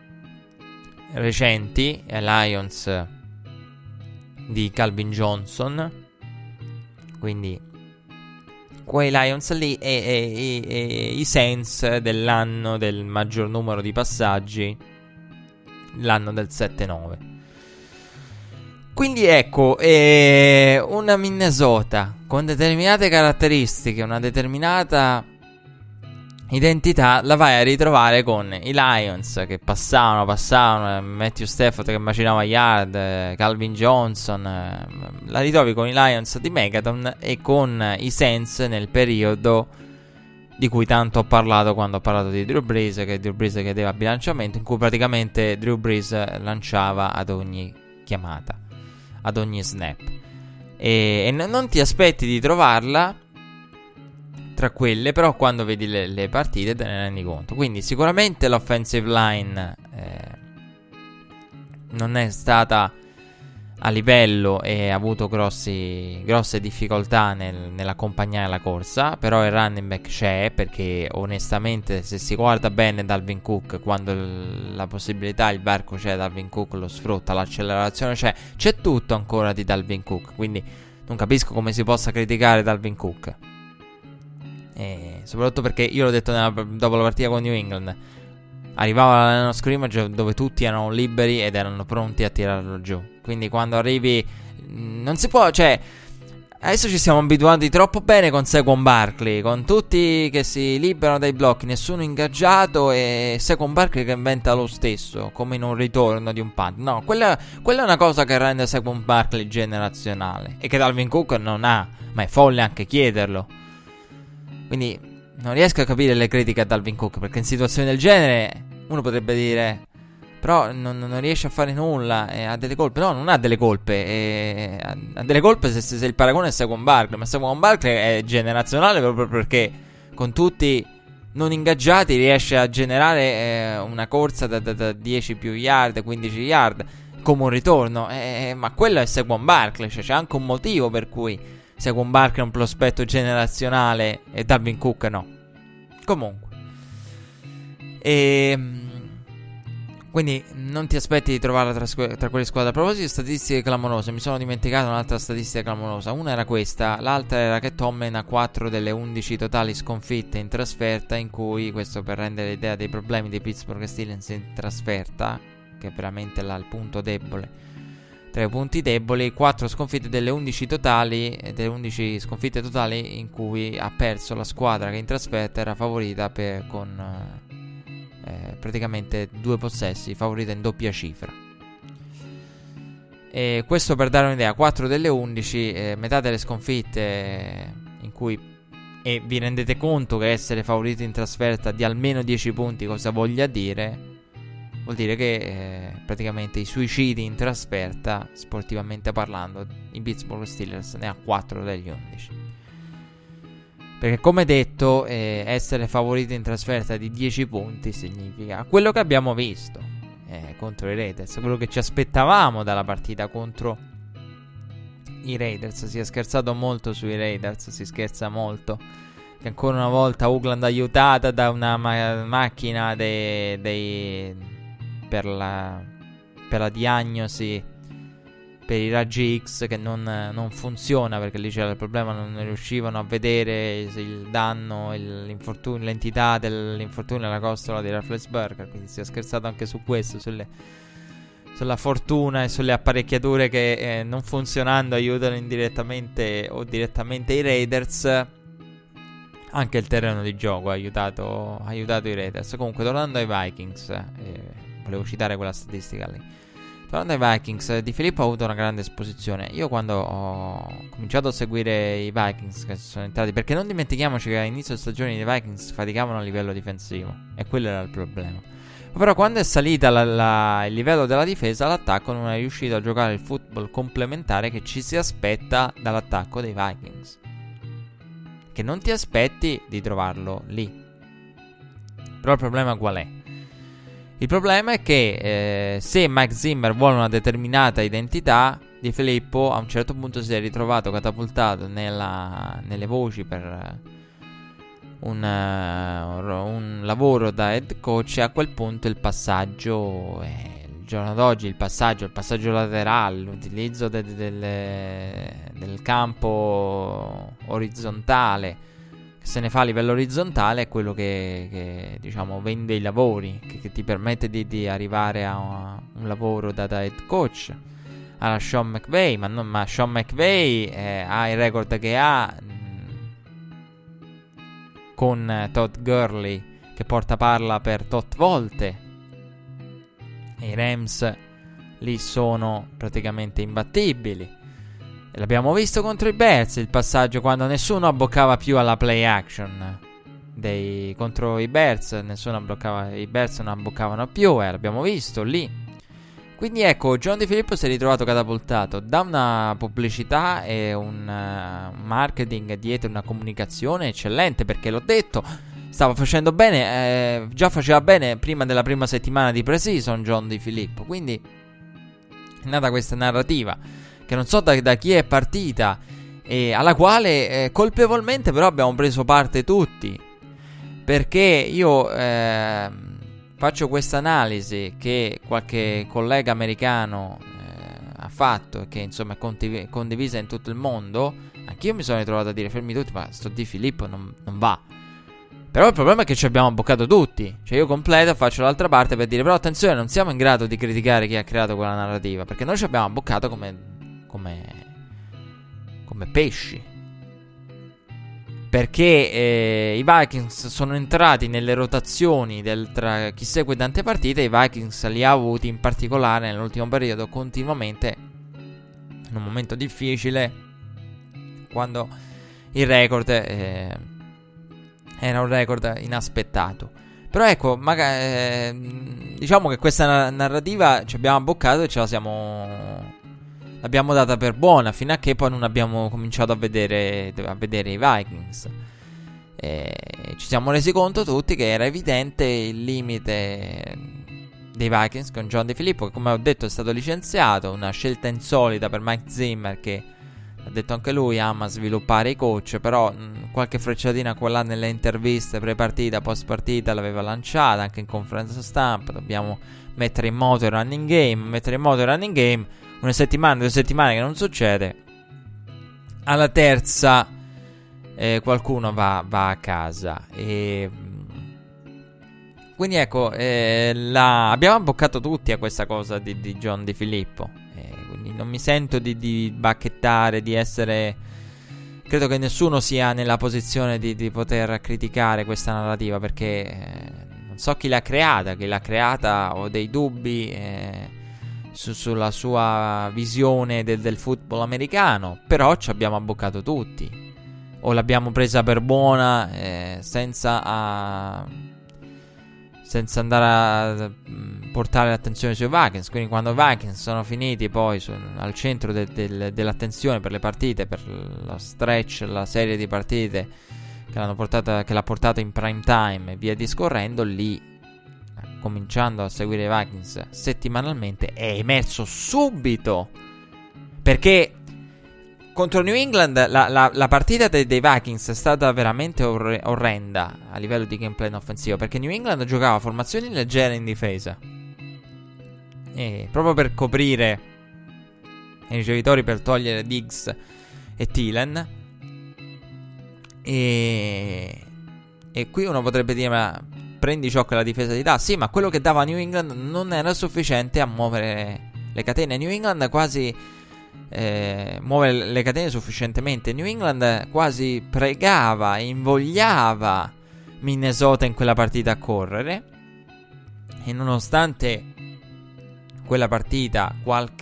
recenti, Lions di Calvin Johnson, quindi quei Lions lì e i Saints dell'anno del maggior numero di passaggi, l'anno del 7-9. Quindi ecco, una Minnesota con determinate caratteristiche, una determinata identità, la vai a ritrovare con i Lions che passavano, Matthew Stafford che macinava yard, Calvin Johnson, la ritrovi con i Lions di Megaton e con i Saints nel periodo di cui tanto ho parlato quando ho parlato di Drew Brees, che Drew Brees chiedeva bilanciamento, in cui praticamente Drew Brees lanciava ad ogni chiamata, ad ogni snap, e non ti aspetti di trovarla tra quelle, però quando vedi le partite te ne rendi conto. Quindi sicuramente l'offensive line non è stata a livello e ha avuto grosse difficoltà nell'accompagnare la corsa, però il running back c'è, perché onestamente se si guarda bene Dalvin Cook, quando la possibilità, il varco c'è, Dalvin Cook lo sfrutta, l'accelerazione c'è tutto ancora di Dalvin Cook, quindi non capisco come si possa criticare Dalvin Cook, soprattutto perché io l'ho detto dopo la partita con New England, arrivava l'anno scrimmage dove tutti erano liberi ed erano pronti a tirarlo giù. Quindi quando arrivi non si può, adesso ci siamo abituati troppo bene con Saquon Barkley, con tutti che si liberano dai blocchi, nessuno ingaggiato, e Saquon Barkley che inventa lo stesso, come in un ritorno di un punt. No, quella è una cosa che rende Saquon Barkley generazionale e che Dalvin Cook non ha, ma è folle anche chiederlo. Quindi non riesco a capire le critiche a Dalvin Cook, perché in situazioni del genere uno potrebbe dire però non riesce a fare nulla, ha delle colpe. No, non ha delle colpe, ha delle colpe se il paragone è Saquon Barkley, ma Saquon Barkley è generazionale proprio perché con tutti non ingaggiati riesce a generare una corsa da 10 più yard, 15 yard come un ritorno, ma quello è Saquon Barkley, c'è anche un motivo per cui Saquon Barkley è un prospetto generazionale e Dalvin Cook no. Comunque, quindi non ti aspetti di trovarla tra quelle squadre. A proposito di statistiche clamorose, mi sono dimenticato un'altra statistica clamorosa. Una era questa, l'altra era che Tomlin ha 4 delle 11 totali sconfitte in trasferta, in cui, questo per rendere l'idea dei problemi dei Pittsburgh Steelers in trasferta, che è veramente il punto debole, 3 punti deboli, 4 sconfitte delle 11 sconfitte totali in cui ha perso la squadra che in trasferta era favorita con praticamente 2 possessi, favorita in doppia cifra. E questo per dare un'idea, 4 delle 11, metà delle sconfitte in cui, e vi rendete conto che essere favoriti in trasferta di almeno 10 punti cosa voglia dire? Vuol dire che praticamente i suicidi in trasferta, sportivamente parlando, i Pittsburgh Steelers ne ha 4 degli 11. Perché come detto, essere favoriti in trasferta di 10 punti significa quello che abbiamo visto. contro i Raiders, quello che ci aspettavamo dalla partita contro i Raiders. Si è scherzato molto sui Raiders, si scherza molto, che ancora una volta Oakland aiutata da una macchina per la diagnosi per i raggi X che non funziona, perché lì c'era il problema, non riuscivano a vedere il danno, l'infortunio, l'entità dell'infortunio alla costola di Roethlisberger. Quindi si è scherzato anche su questo, sulla fortuna e sulle apparecchiature che non funzionando aiutano indirettamente o direttamente i Raiders. Anche il terreno di gioco ha aiutato i Raiders. Comunque, tornando ai Vikings, volevo citare quella statistica lì. Tornando ai Vikings, Di Filippo ha avuto una grande esposizione. Io quando ho cominciato a seguire i Vikings, che sono entrati, perché non dimentichiamoci che all'inizio stagione i Vikings faticavano a livello difensivo, e quello era il problema. Però quando è salita il livello della difesa, l'attacco non è riuscito a giocare il football complementare che ci si aspetta dall'attacco dei Vikings, che non ti aspetti di trovarlo lì. Però il problema qual è? Il problema è che se Mike Zimmer vuole una determinata identità, Di Filippo a un certo punto si è ritrovato catapultato nelle voci per un lavoro da head coach, e a quel punto il passaggio, il giorno d'oggi il passaggio laterale, l'utilizzo del campo orizzontale, se ne fa a livello orizzontale, è quello che diciamo vende i lavori, che ti permette di arrivare a un lavoro da head coach alla Sean McVay. Ma Sean McVay ha il record che ha con Todd Gurley, che porta palla per tot volte, e i Rams lì sono praticamente imbattibili. E l'abbiamo visto contro i Bears, il passaggio quando nessuno abboccava più alla play action contro i Bears, i Bears non abboccavano più, l'abbiamo visto lì. Quindi ecco, John Di Filippo si è ritrovato catapultato da una pubblicità e un marketing dietro, una comunicazione eccellente, perché l'ho detto, stava facendo bene, già faceva bene prima della prima settimana di pre-season John Di Filippo. Quindi è nata questa narrativa che non so da chi è partita, e alla quale colpevolmente però abbiamo preso parte tutti, perché io faccio questa analisi che qualche collega americano ha fatto, e che insomma è condivisa in tutto il mondo. Anch'io mi sono ritrovato a dire fermi tutti, ma sto Di Filippo non va. Però il problema è che ci abbiamo abboccato tutti. Cioè io completo, faccio l'altra parte per dire però attenzione, non siamo in grado di criticare chi ha creato quella narrativa, perché noi ci abbiamo abboccato come pesci, perché i Vikings sono entrati nelle rotazioni tra chi segue tante partite. I Vikings li ha avuti in particolare nell'ultimo periodo continuamente, in un momento difficile, quando il record era un record inaspettato. Però ecco, diciamo che questa narrativa ci abbiamo abboccato e l'abbiamo data per buona, fino a che poi non abbiamo cominciato a vedere i Vikings. Ci siamo resi conto tutti che era evidente il limite dei Vikings con John Di Filippo, che come ho detto è stato licenziato. Una scelta insolita per Mike Zimmer, che ha detto anche lui ama sviluppare i coach, però qualche frecciatina qua là nelle interviste pre-partita, post-partita l'aveva lanciata, anche in conferenza stampa. Dobbiamo mettere in moto il running game. Una settimana, 2 settimane che non succede. Alla terza qualcuno va a casa. Quindi ecco, abbiamo abboccato tutti a questa cosa di John Di Filippo. Quindi non mi sento di bacchettare, di essere... Credo che nessuno sia nella posizione di poter criticare questa narrativa, perché non so chi l'ha creata, ho dei dubbi sulla sua visione del football americano. Però ci abbiamo abboccato tutti, o l'abbiamo presa per buona, senza andare a portare l'attenzione sui Vikings. Quindi quando i Vikings sono finiti poi al centro dell'attenzione per le partite, per lo stretch, la serie di partite che l'ha portato in prime time e via discorrendo, lì cominciando a seguire i Vikings settimanalmente, è emerso subito. Perché contro New England la partita dei Vikings è stata veramente orrenda a livello di gameplay offensivo, perché New England giocava formazioni leggere in difesa, e proprio per coprire i ricevitori, per togliere Diggs e Thielen. E qui uno potrebbe dire: ma prendi ciò che la difesa ti dà. Sì, ma quello che dava New England non era sufficiente a muovere le catene. New England quasi muove le catene sufficientemente. New England quasi pregava, invogliava Minnesota in quella partita a correre, e nonostante quella partita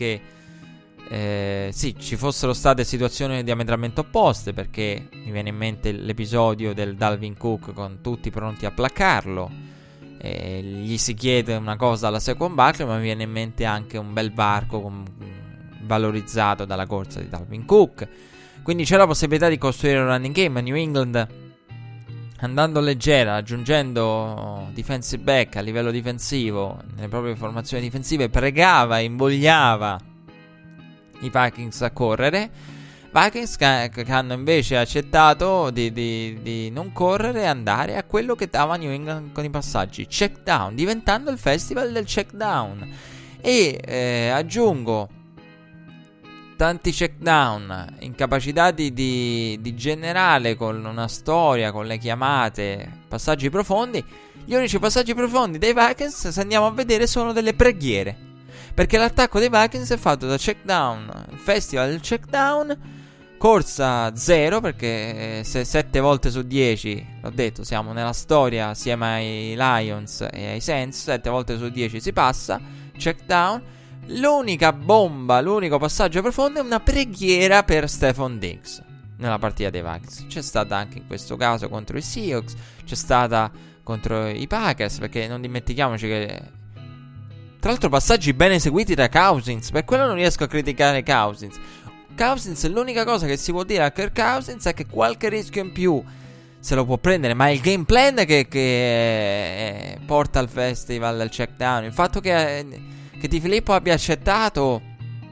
ci fossero state situazioni diametralmente opposte, perché mi viene in mente l'episodio del Dalvin Cook con tutti pronti a placcarlo, gli si chiede una cosa alla Saquon Barkley, ma mi viene in mente anche un bel varco valorizzato dalla corsa di Dalvin Cook. Quindi c'è la possibilità di costruire un running game. New England, andando leggera, aggiungendo defensive back a livello difensivo nelle proprie formazioni difensive, pregava, invogliava i Vikings a correre. Vikings che hanno invece accettato di non correre e andare a quello che dava New England con i passaggi, check down, diventando il festival del check down. E aggiungo tanti check down, incapacità di generale con una storia, con le chiamate, passaggi profondi. Gli unici passaggi profondi dei Vikings, se andiamo a vedere, sono delle preghiere, perché l'attacco dei Vikings è fatto da check down, festival del check down, corsa 0, perché se 7 volte su 10, l'ho detto, siamo nella storia assieme ai Lions e ai Saints, 7 volte su 10 si passa, check down. L'unica bomba, l'unico passaggio profondo è una preghiera per Stephon Diggs nella partita dei Vikings. C'è stata anche in questo caso contro i Seahawks, c'è stata contro i Packers, perché non dimentichiamoci che, tra l'altro, passaggi ben eseguiti da Cousins. Per quello non riesco a criticare Cousins. L'unica cosa che si può dire a Kirk Cousins è che qualche rischio in più se lo può prendere, ma è il game plan che porta al festival del check down. Il fatto che Di Filippo abbia accettato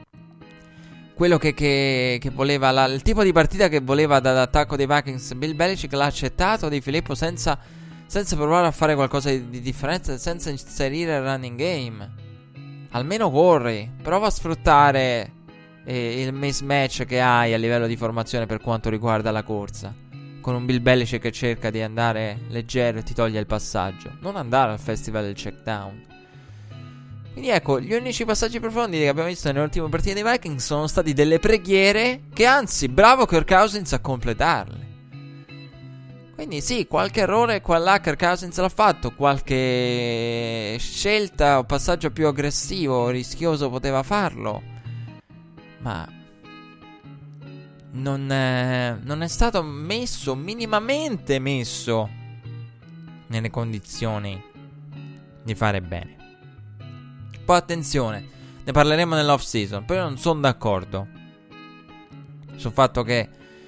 quello che voleva, il tipo di partita che voleva dall'attacco dei Vikings, Bill Belichick l'ha accettato Di Filippo senza provare a fare qualcosa di differenza, senza inserire il running game. Almeno corri, prova a sfruttare il mismatch che hai a livello di formazione per quanto riguarda la corsa, con un Bill Belichick che cerca di andare leggero e ti toglie il passaggio, non andare al festival del check down. Quindi ecco, gli unici passaggi profondi che abbiamo visto nelle ultime partite dei Vikings sono stati delle preghiere, che anzi, bravo Kirk Cousins a completarle. Quindi sì, qualche errore qua là Kirk Cousins l'ha fatto, qualche scelta o passaggio più aggressivo, rischioso poteva farlo, ma non è stato minimamente messo nelle condizioni di fare bene. Poi attenzione, ne parleremo nell'off season. Poi non sono d'accordo sul fatto che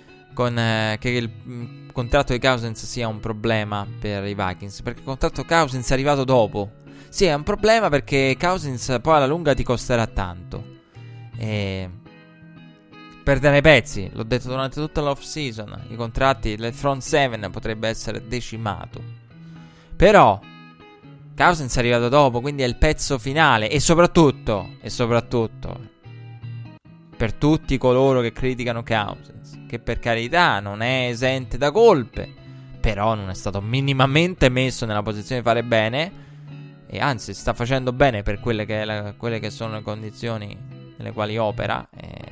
il contratto di Cousins sia un problema per i Vikings, perché il contratto Cousins è arrivato dopo. Sì, è un problema perché Cousins poi alla lunga ti costerà tanto, perdere pezzi, l'ho detto durante tutta l'off season. I contratti, il front seven potrebbe essere decimato, però Cousins è arrivato dopo, quindi è il pezzo finale. E soprattutto per tutti coloro che criticano Cousins, che per carità non è esente da colpe, però non è stato minimamente messo nella posizione di fare bene, e anzi sta facendo bene per quelle che sono le condizioni nelle quali opera,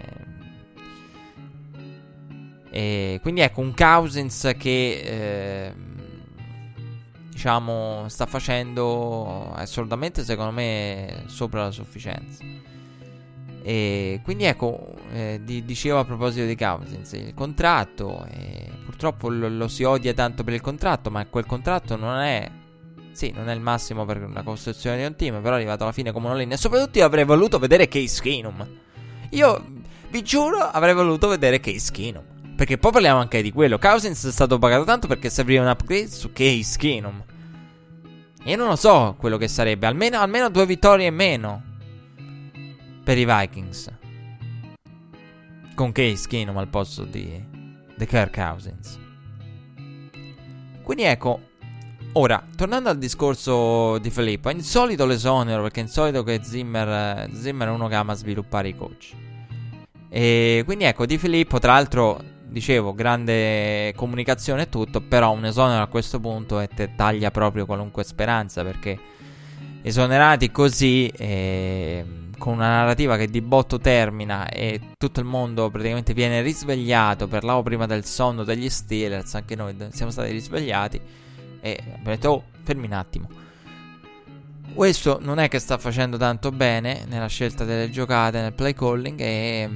e quindi ecco un Cousins che diciamo sta facendo assolutamente, secondo me, sopra la sufficienza. E quindi ecco, dicevo a proposito di Cousins, il contratto, purtroppo lo si odia tanto per il contratto, ma quel contratto non è il massimo per la costruzione di un team, però è arrivato alla fine come una linea. E soprattutto io avrei voluto vedere Case Keenum. Io vi giuro avrei voluto vedere Case Keenum, perché poi parliamo anche di quello. Cousins è stato pagato tanto perché serviva un upgrade su Case Keenum. Io non lo so quello che sarebbe. Almeno 2 vittorie in meno per i Vikings, con Case Keenum al posto di Kirk Cousins. Quindi ecco, ora, tornando al discorso di Filippo, è insolito l'esonero, perché è insolito che Zimmer è uno che ama sviluppare i coach. E quindi ecco, Di Filippo, tra l'altro, dicevo, grande comunicazione e tutto, però un esonero a questo punto taglia proprio qualunque speranza, perché esonerati così, con una narrativa che di botto termina e tutto il mondo praticamente viene risvegliato, parlavo prima del sonno degli Steelers, anche noi siamo stati risvegliati e abbiamo detto: oh, fermi un attimo, questo non è che sta facendo tanto bene nella scelta delle giocate, nel play calling, e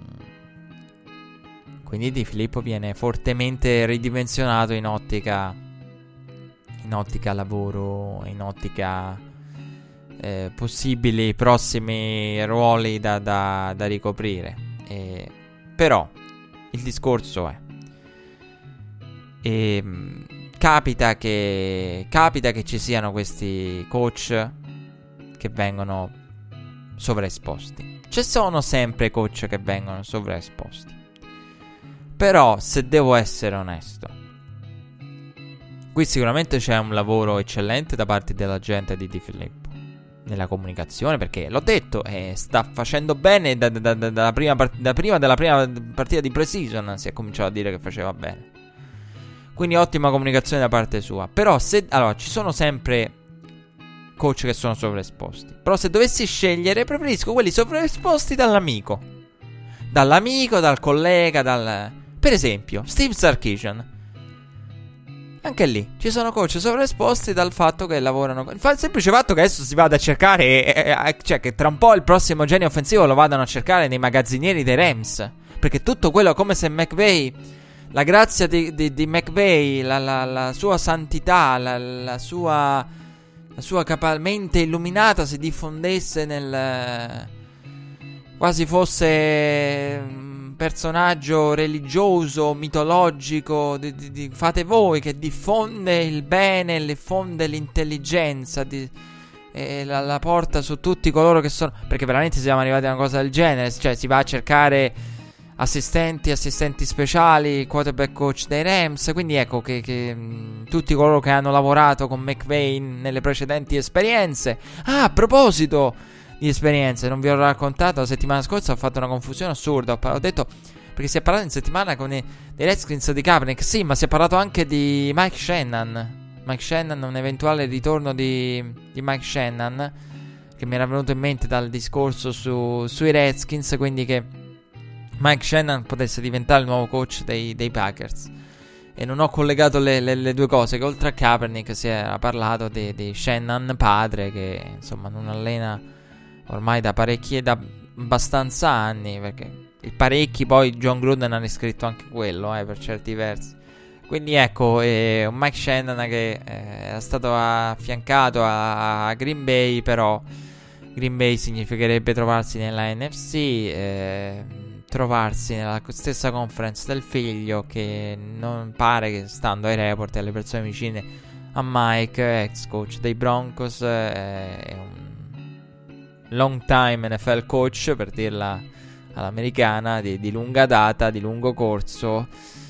quindi Di Filippo viene fortemente ridimensionato in ottica lavoro, in ottica possibili prossimi ruoli da ricoprire. Però il discorso è capita che ci siano questi coach che vengono sovraesposti. Ci sono sempre coach che vengono sovraesposti. Però, se devo essere onesto, qui sicuramente c'è un lavoro eccellente da parte della gente di Di Filippo nella comunicazione, perché l'ho detto, sta facendo bene dalla prima della prima partita di pre-season si è cominciato a dire che faceva bene. Quindi ottima comunicazione da parte sua. Però allora, ci sono sempre coach che sono sovraesposti. Però se dovessi scegliere, preferisco quelli sovraesposti dall'amico, dal collega, per esempio Steve Sarkisian. Anche lì ci sono coach sovraesposti dal fatto che lavorano. Il semplice fatto che adesso si vada a cercare, cioè che tra un po' il prossimo genio offensivo lo vadano a cercare nei magazzinieri dei Rams, perché tutto quello, come se McVay, la grazia di McVay, la sua santità, la sua mente illuminata si diffondesse quasi fosse personaggio religioso, mitologico, fate voi, che diffonde il bene, diffonde l'intelligenza, la porta su tutti coloro che sono, perché veramente siamo arrivati a una cosa del genere, cioè si va a cercare assistenti speciali, quarterback coach dei Rams, quindi ecco che tutti coloro che hanno lavorato con McVay nelle precedenti esperienze. A proposito di esperienze, non vi ho raccontato, la settimana scorsa ho fatto una confusione assurda, ho detto, perché si è parlato in settimana con dei Redskins di Kaepernick, sì, ma si è parlato anche di Mike Shannon, un eventuale ritorno di Mike Shannon, che mi era venuto in mente dal discorso sui Redskins, quindi che Mike Shannon potesse diventare il nuovo coach dei Packers. E non ho collegato le due cose, che oltre a Kaepernick si era parlato di Shannon padre, che insomma non allena ormai da abbastanza anni, perché poi John Gruden ha riscritto anche quello, per certi versi. Quindi ecco, un Mike Shannon che è stato affiancato a Green Bay, però Green Bay significherebbe trovarsi nella NFC, trovarsi nella stessa conference del figlio, che non pare che, stando ai report e alle persone vicine a Mike, ex coach dei Broncos, è un long time NFL coach, per dirla all'americana, di lunga data, di lungo corso,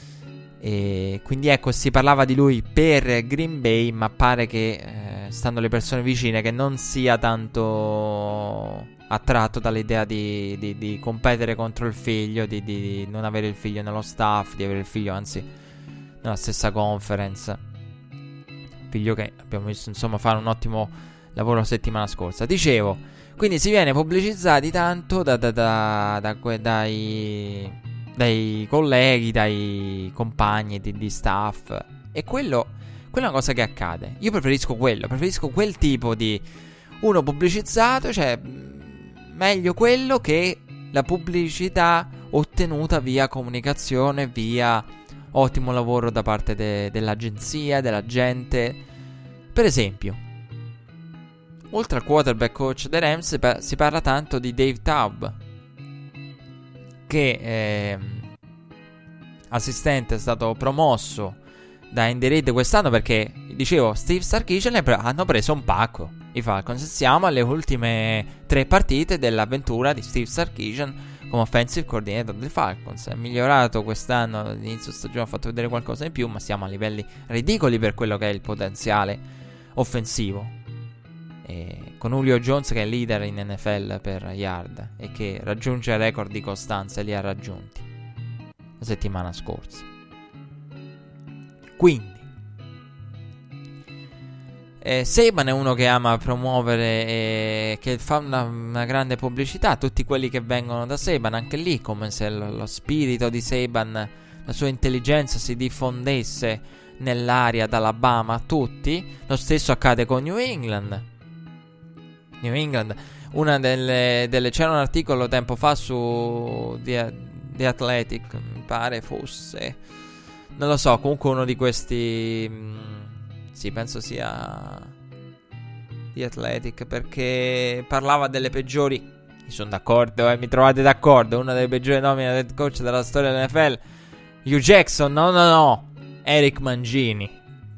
e quindi ecco, si parlava di lui per Green Bay, ma pare che, stando alle persone vicine, che non sia tanto attratto dall'idea di competere contro il figlio, di non avere il figlio nello staff, di avere il figlio anzi nella stessa conference, figlio che abbiamo visto insomma fare un ottimo lavoro la settimana scorsa. Dicevo, quindi si viene pubblicizzati tanto dai colleghi, dai compagni di staff, e quella è una cosa che accade. Io preferisco quel tipo di uno pubblicizzato, cioè meglio quello che la pubblicità ottenuta via comunicazione, via ottimo lavoro da parte dell'agenzia, della gente. Per esempio, oltre al quarterback coach dei Rams, si parla tanto di Dave Taub, che assistente, è stato promosso da Andy Reid quest'anno, perché dicevo, Steve Sarkisian hanno preso un pacco i Falcons. Siamo alle ultime 3 partite dell'avventura di Steve Sarkisian come offensive coordinator dei Falcons. È migliorato quest'anno, all'inizio stagione ha fatto vedere qualcosa in più, ma siamo a livelli ridicoli per quello che è il potenziale offensivo, con Julio Jones che è leader in NFL per yard e che raggiunge record di costanza, e li ha raggiunti la settimana scorsa. Quindi Saban è uno che ama promuovere, che fa una grande pubblicità. Tutti quelli che vengono da Saban, anche lì, come se lo spirito di Saban, la sua intelligenza si diffondesse nell'aria d'Alabama a tutti. Lo stesso accade con New England. Una delle c'era un articolo tempo fa su The Athletic, mi pare fosse, non lo so, comunque uno di questi, sì, penso sia The Athletic, perché parlava delle peggiori, io sono d'accordo, mi trovate d'accordo, una delle peggiori nomine head coach della storia dell'NFL, Hugh Jackson, no, Eric Mangini,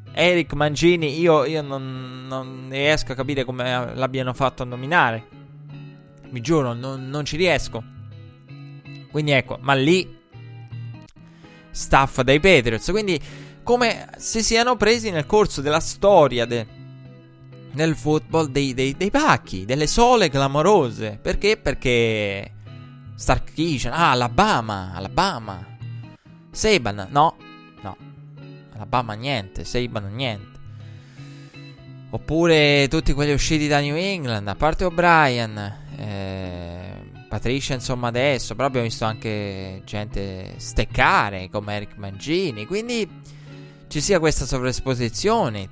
io non riesco a capire come l'abbiano fatto a nominare, mi giuro, non ci riesco. Quindi ecco, ma lì staff dei Patriots, quindi come si siano presi nel corso della storia nel football dei pacchi, delle sole clamorose. Perché Sarkisian, Alabama, Saban, no, Alabama niente, Saban niente. Oppure tutti quelli usciti da New England, a parte O'Brien, Patricia, insomma, adesso, però abbiamo visto anche gente steccare come Eric Mangini, quindi ci sia questa sovraesposizione,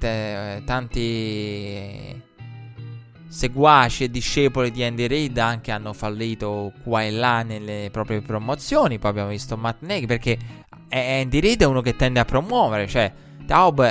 tanti seguaci e discepoli di Andy Reid anche hanno fallito qua e là nelle proprie promozioni. Poi abbiamo visto Matt Nagy, perché Andy Reid è uno che tende a promuovere, cioè Taub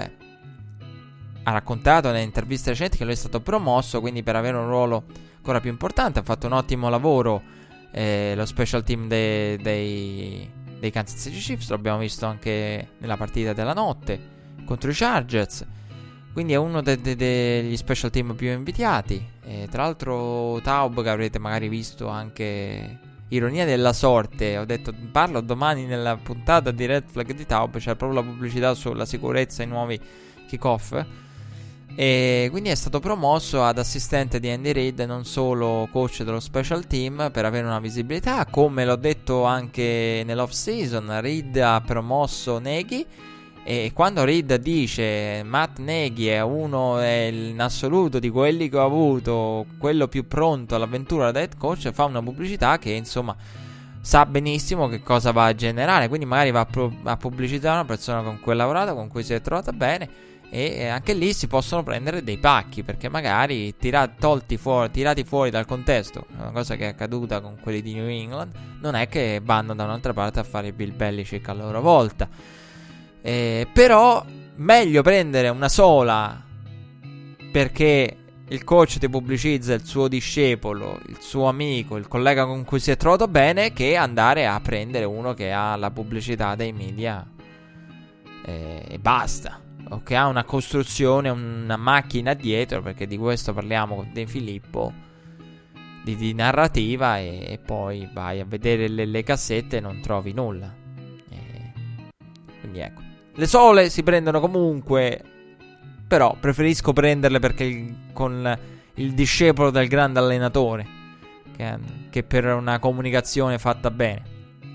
ha raccontato nelle interviste recenti che lui è stato promosso, quindi per avere un ruolo ancora più importante. Ha fatto un ottimo lavoro lo special team dei Kansas City Chiefs, lo abbiamo visto anche nella partita della notte contro i Chargers, quindi è uno degli special team più invidiati. Tra l'altro Taub, che avrete magari visto anche, ironia della sorte, ho detto parlo domani nella puntata di Red Flag di Taub, c'è proprio la pubblicità sulla sicurezza e i nuovi kickoff, e quindi è stato promosso ad assistente di Andy Reid, non solo coach dello special team, per avere una visibilità. Come l'ho detto anche nell'off season, Reid ha promosso Nagy, e quando Reid dice Matt Nagy è uno in assoluto di quelli che ho avuto, quello più pronto all'avventura da head coach, fa una pubblicità che insomma sa benissimo che cosa va a generare, quindi magari va a pubblicizzare una persona con cui ha lavorato, con cui si è trovata bene. E anche lì si possono prendere dei pacchi, perché magari tirati fuori dal contesto, una cosa che è accaduta con quelli di New England, non è che vanno da un'altra parte a fare Bill Belichick a loro volta. Però meglio prendere una sola, perché il coach ti pubblicizza il suo discepolo, il suo amico, il collega con cui si è trovato bene, che andare a prendere uno che ha la pubblicità dei media e basta, o che ha una costruzione, una macchina dietro, perché di questo parliamo con De Filippo, di narrativa, e poi vai a vedere le cassette e non trovi nulla. Quindi ecco, le sole si prendono comunque, però preferisco prenderle perché con il discepolo del grande allenatore, che per una comunicazione fatta bene.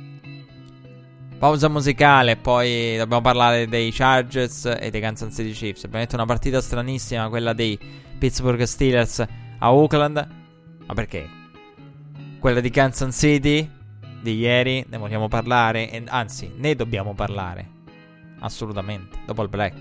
Pausa musicale, poi dobbiamo parlare dei Chargers e dei Kansas City Chiefs. Abbiamo detto una partita stranissima, quella dei Pittsburgh Steelers a Oakland. Ma perché? Quella di Kansas City di ieri ne vogliamo parlare, anzi ne dobbiamo parlare assolutamente dopo il break.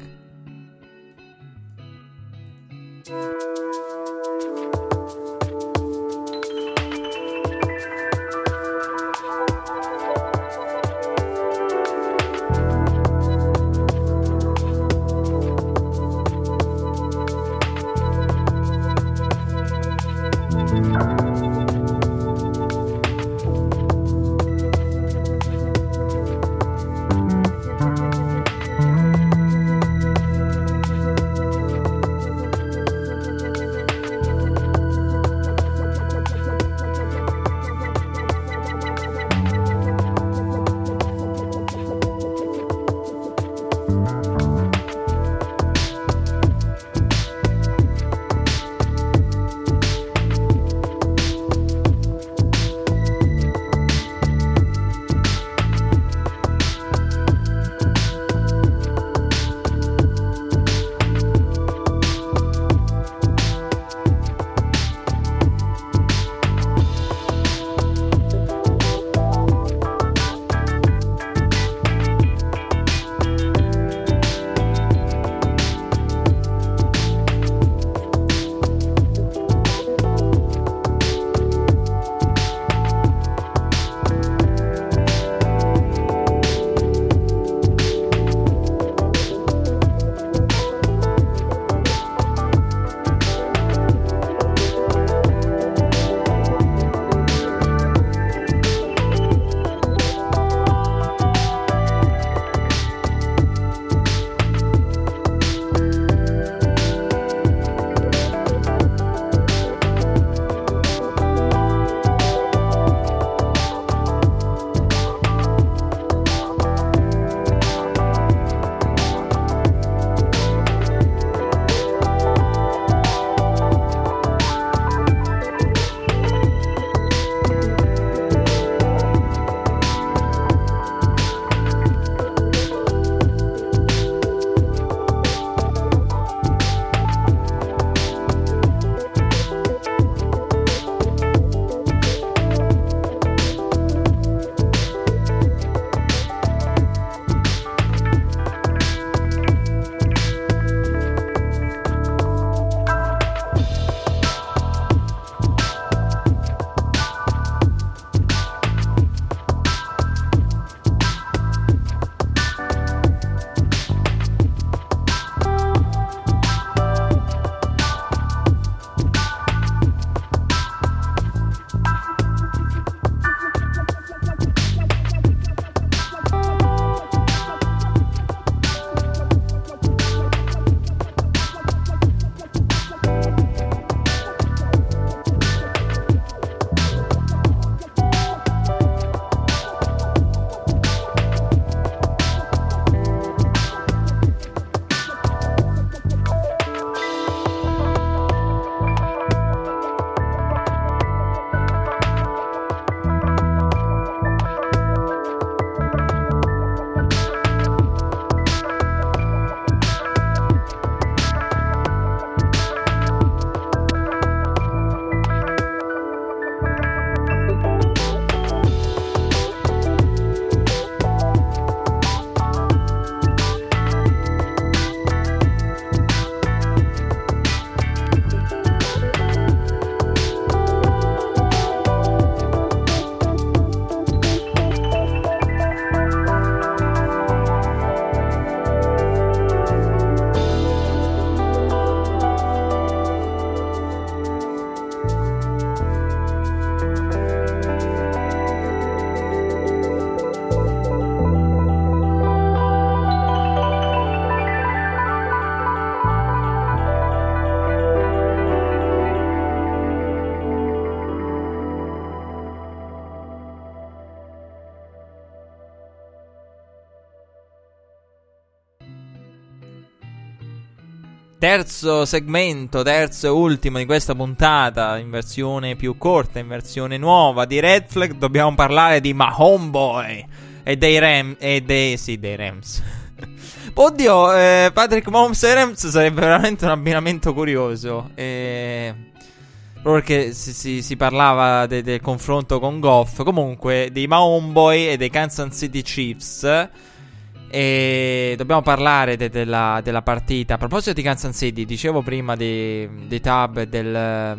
terzo segmento, terzo e ultimo di questa puntata, in versione più corta, in versione nuova di Red Flag. Dobbiamo parlare di Homeboy e dei Rams. Oddio, Patrick Mahomes e Rams sarebbe veramente un abbinamento curioso. Proprio perché si parlava del confronto con Goff. Comunque, dei Homeboy e dei Kansas City Chiefs. E dobbiamo parlare della partita. A proposito di Kansas City, dicevo prima di Tab della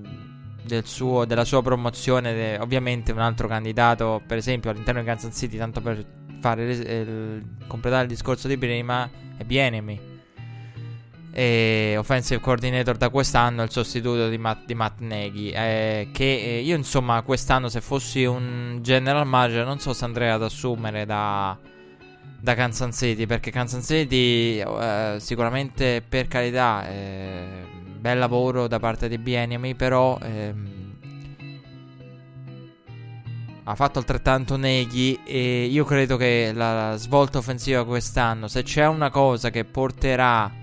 sua promozione. Ovviamente un altro candidato, per esempio, all'interno di Kansas City, tanto per completare il discorso di prima, è Bieniemy, e offensive coordinator da quest'anno, il sostituto di Matt Nagy, che io insomma quest'anno, se fossi un general manager, non so se andrei ad assumere da Kansas City, perché Kansas City sicuramente, per carità, bel lavoro da parte di Bieniemy, però ha fatto altrettanto Nagy, e io credo che la svolta offensiva quest'anno, se c'è una cosa che porterà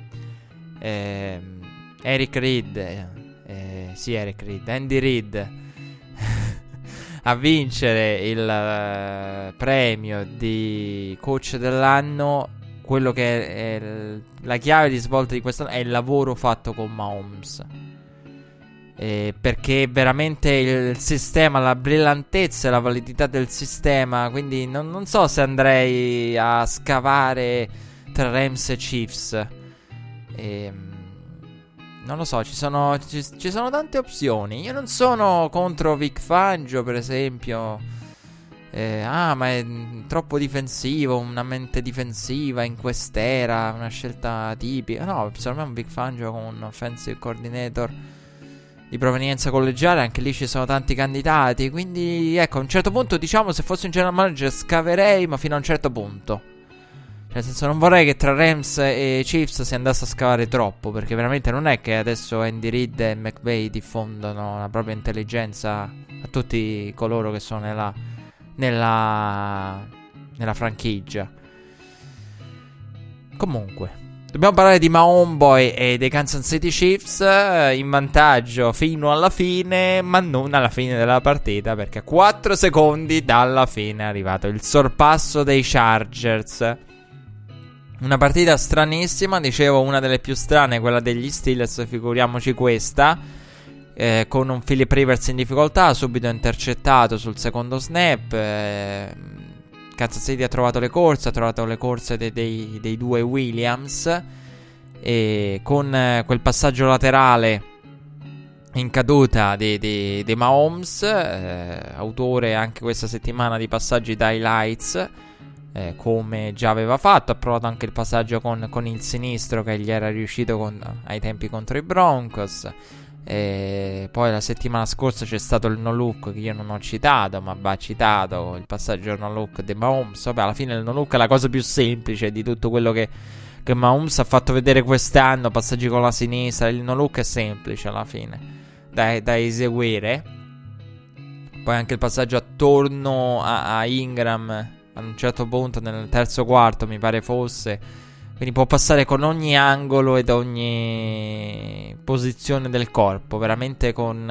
Andy Reid a vincere il premio di coach dell'anno, quello che è la chiave di svolta di quest'anno è il lavoro fatto con Mahomes, perché veramente il sistema, la brillantezza e la validità del sistema, quindi non so se andrei a scavare tra Rams e Chiefs. Non lo so, ci sono tante opzioni. Io non sono contro Vic Fangio, per esempio. Ma è troppo difensivo, una mente difensiva in quest'era, una scelta tipica. No, secondo me un Vic Fangio con un offensive coordinator di provenienza collegiale, anche lì ci sono tanti candidati. Quindi ecco, a un certo punto, diciamo, se fossi un general manager scaverei, ma fino a un certo punto. Nel senso, non vorrei che tra Rams e Chiefs si andasse a scavare troppo, perché veramente non è che adesso Andy Reid e McVay diffondono la propria intelligenza a tutti coloro che sono nella franchigia. Comunque, dobbiamo parlare di Homeboy e dei Kansas City Chiefs, in vantaggio fino alla fine, ma non alla fine della partita, perché a 4 secondi dalla fine è arrivato il sorpasso dei Chargers. Una partita stranissima, dicevo, una delle più strane, quella degli Steelers, figuriamoci questa, con un Philip Rivers in difficoltà, subito intercettato sul secondo snap. Kansas City ha trovato le corse dei due Williams, e con quel passaggio laterale in caduta di Mahomes, autore anche questa settimana di passaggi da highlights, come già aveva fatto. Ha provato anche il passaggio con il sinistro, che gli era riuscito ai tempi contro i Broncos. Poi la settimana scorsa c'è stato il no look, che io non ho citato, ma va citato il passaggio no look di Mahomes. Vabbè, alla fine il no look è la cosa più semplice di tutto quello che Mahomes ha fatto vedere quest'anno. Passaggi con la sinistra, il no look è semplice alla fine da eseguire. Poi anche il passaggio attorno a Ingram a un certo punto nel terzo quarto, mi pare fosse. Quindi può passare con ogni angolo ed ogni posizione del corpo, veramente con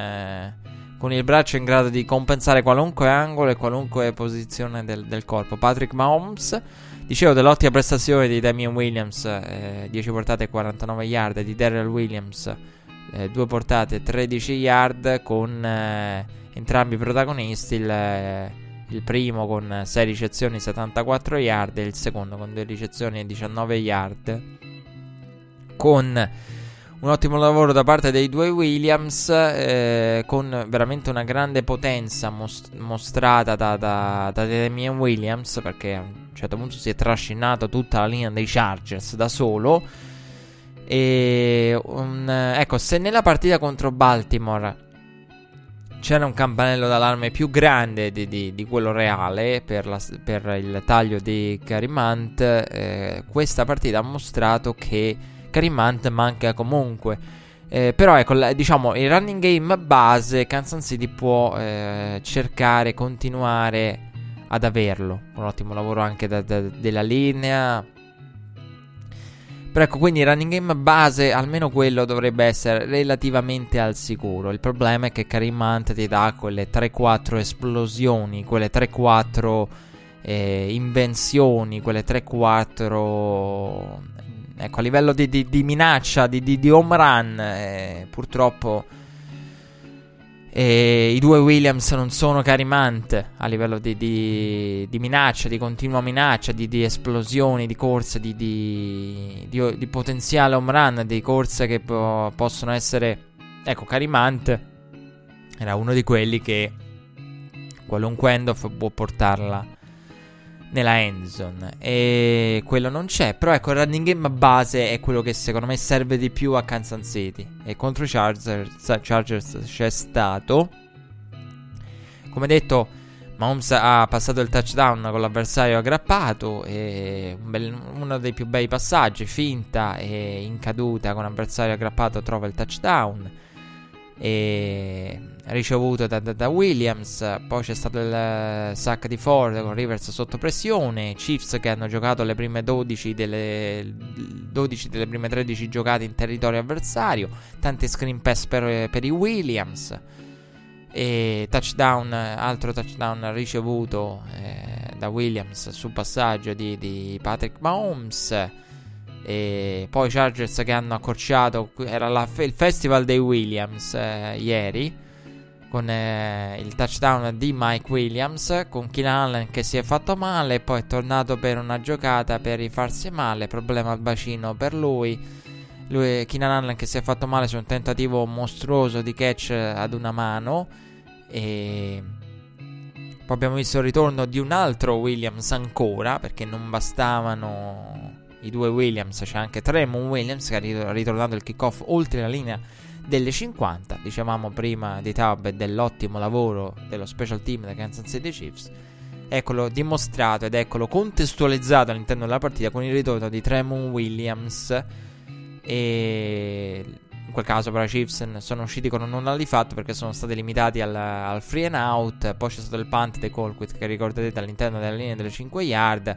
il braccio in grado di compensare qualunque angolo e qualunque posizione del corpo. Patrick Mahomes, dicevo, dell'ottima prestazione di Damien Williams, 10 portate e 49 yard, di Darrell Williams, 2 portate e 13 yard, con entrambi i protagonisti, il primo con 6 ricezioni e 74 yard e il secondo con 2 ricezioni e 19 yard, con un ottimo lavoro da parte dei due Williams, con veramente una grande potenza mostrata da Damien Williams, perché a un certo punto si è trascinato tutta la linea dei Chargers da solo. Ecco, se nella partita contro Baltimore c'era un campanello d'allarme più grande di quello reale per il taglio di Kareem Hunt, questa partita ha mostrato che Kareem Hunt manca comunque. Però ecco, diciamo, il running game base Kansas City può cercare, continuare ad averlo. Un ottimo lavoro anche della linea. Però ecco, quindi il running game base, almeno quello dovrebbe essere relativamente al sicuro. Il problema è che Kareem Hunt ti dà quelle 3-4 esplosioni, quelle 3-4 invenzioni, quelle 3-4 ecco, a livello di minaccia, di home run, purtroppo i due Williams non sono Kareem Hunt a livello di minaccia, di continua minaccia, di esplosioni, di corse, di potenziale home run, di corse che possono essere. Ecco, Kareem Hunt era uno di quelli che qualunque handoff può portarla nella endzone, e quello non c'è. Però ecco, il running game base è quello che secondo me serve di più a Kansas City, e contro i Chargers c'è stato. Come detto, Mahomes ha passato il touchdown con l'avversario aggrappato, e uno dei più bei passaggi, finta e in caduta con l'avversario aggrappato trova il touchdown, e ricevuto da Williams. Poi c'è stato il sack di Ford con Rivers sotto pressione. Chiefs che hanno giocato le prime 12 delle prime 13 giocate in territorio avversario, tanti screen pass per i Williams, e altro touchdown ricevuto da Williams sul passaggio di Patrick Mahomes. E poi Chargers che hanno accorciato, era il festival dei Williams ieri, con il touchdown di Mike Williams, con Keenan Allen che si è fatto male, poi è tornato per una giocata per rifarsi male, problema al bacino per lui. Keenan Allen che si è fatto male su un tentativo mostruoso di catch ad una mano, e poi abbiamo visto il ritorno di un altro Williams ancora, perché non bastavano i due Williams, c'è anche Tremon Williams che ha ritornato il kickoff oltre la linea delle 50. Dicevamo prima di Taub e dell'ottimo lavoro dello special team dei Kansas City Chiefs. Eccolo dimostrato ed eccolo contestualizzato all'interno della partita con il ritorno di Tremon Williams, e in quel caso però i Chiefs sono usciti con un nulla di fatto perché sono stati limitati al free and out. Poi c'è stato il punt di Colquitt che ricordate all'interno della linea delle 5 yard,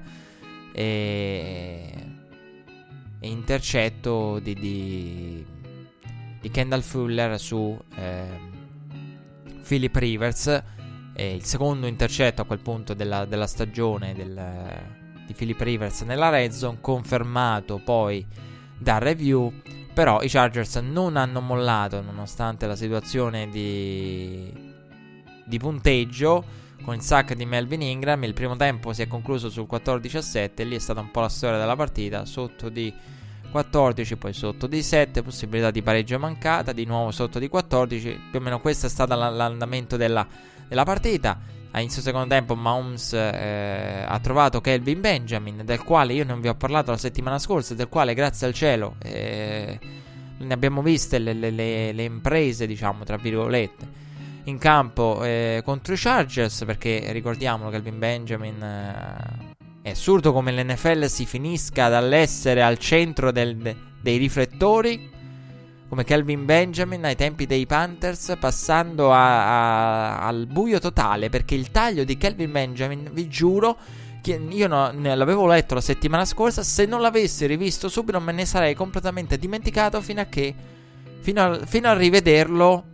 e intercetto di Kendall Fuller su Philip Rivers, il secondo intercetto a quel punto della stagione di Philip Rivers nella red zone, confermato poi dal review. Però i Chargers non hanno mollato nonostante la situazione di punteggio, con il sack di Melvin Ingram. Il primo tempo si è concluso sul 14-7, lì è stata un po' la storia della partita, sotto di 14, poi sotto di 7, possibilità di pareggio mancata, di nuovo sotto di 14, più o meno questo è stato l'andamento della partita. A inizio secondo tempo Mahomes ha trovato Kelvin Benjamin, del quale io non vi ho parlato la settimana scorsa, del quale grazie al cielo ne abbiamo viste le imprese, diciamo tra virgolette, in campo contro i Chargers, perché ricordiamolo, Kelvin Benjamin è assurdo come l'NFL si finisca dall'essere al centro dei riflettori, come Kelvin Benjamin ai tempi dei Panthers, passando al buio totale, perché il taglio di Kelvin Benjamin, vi giuro che io l'avevo letto la settimana scorsa, se non l'avessi rivisto subito me ne sarei completamente dimenticato fino a rivederlo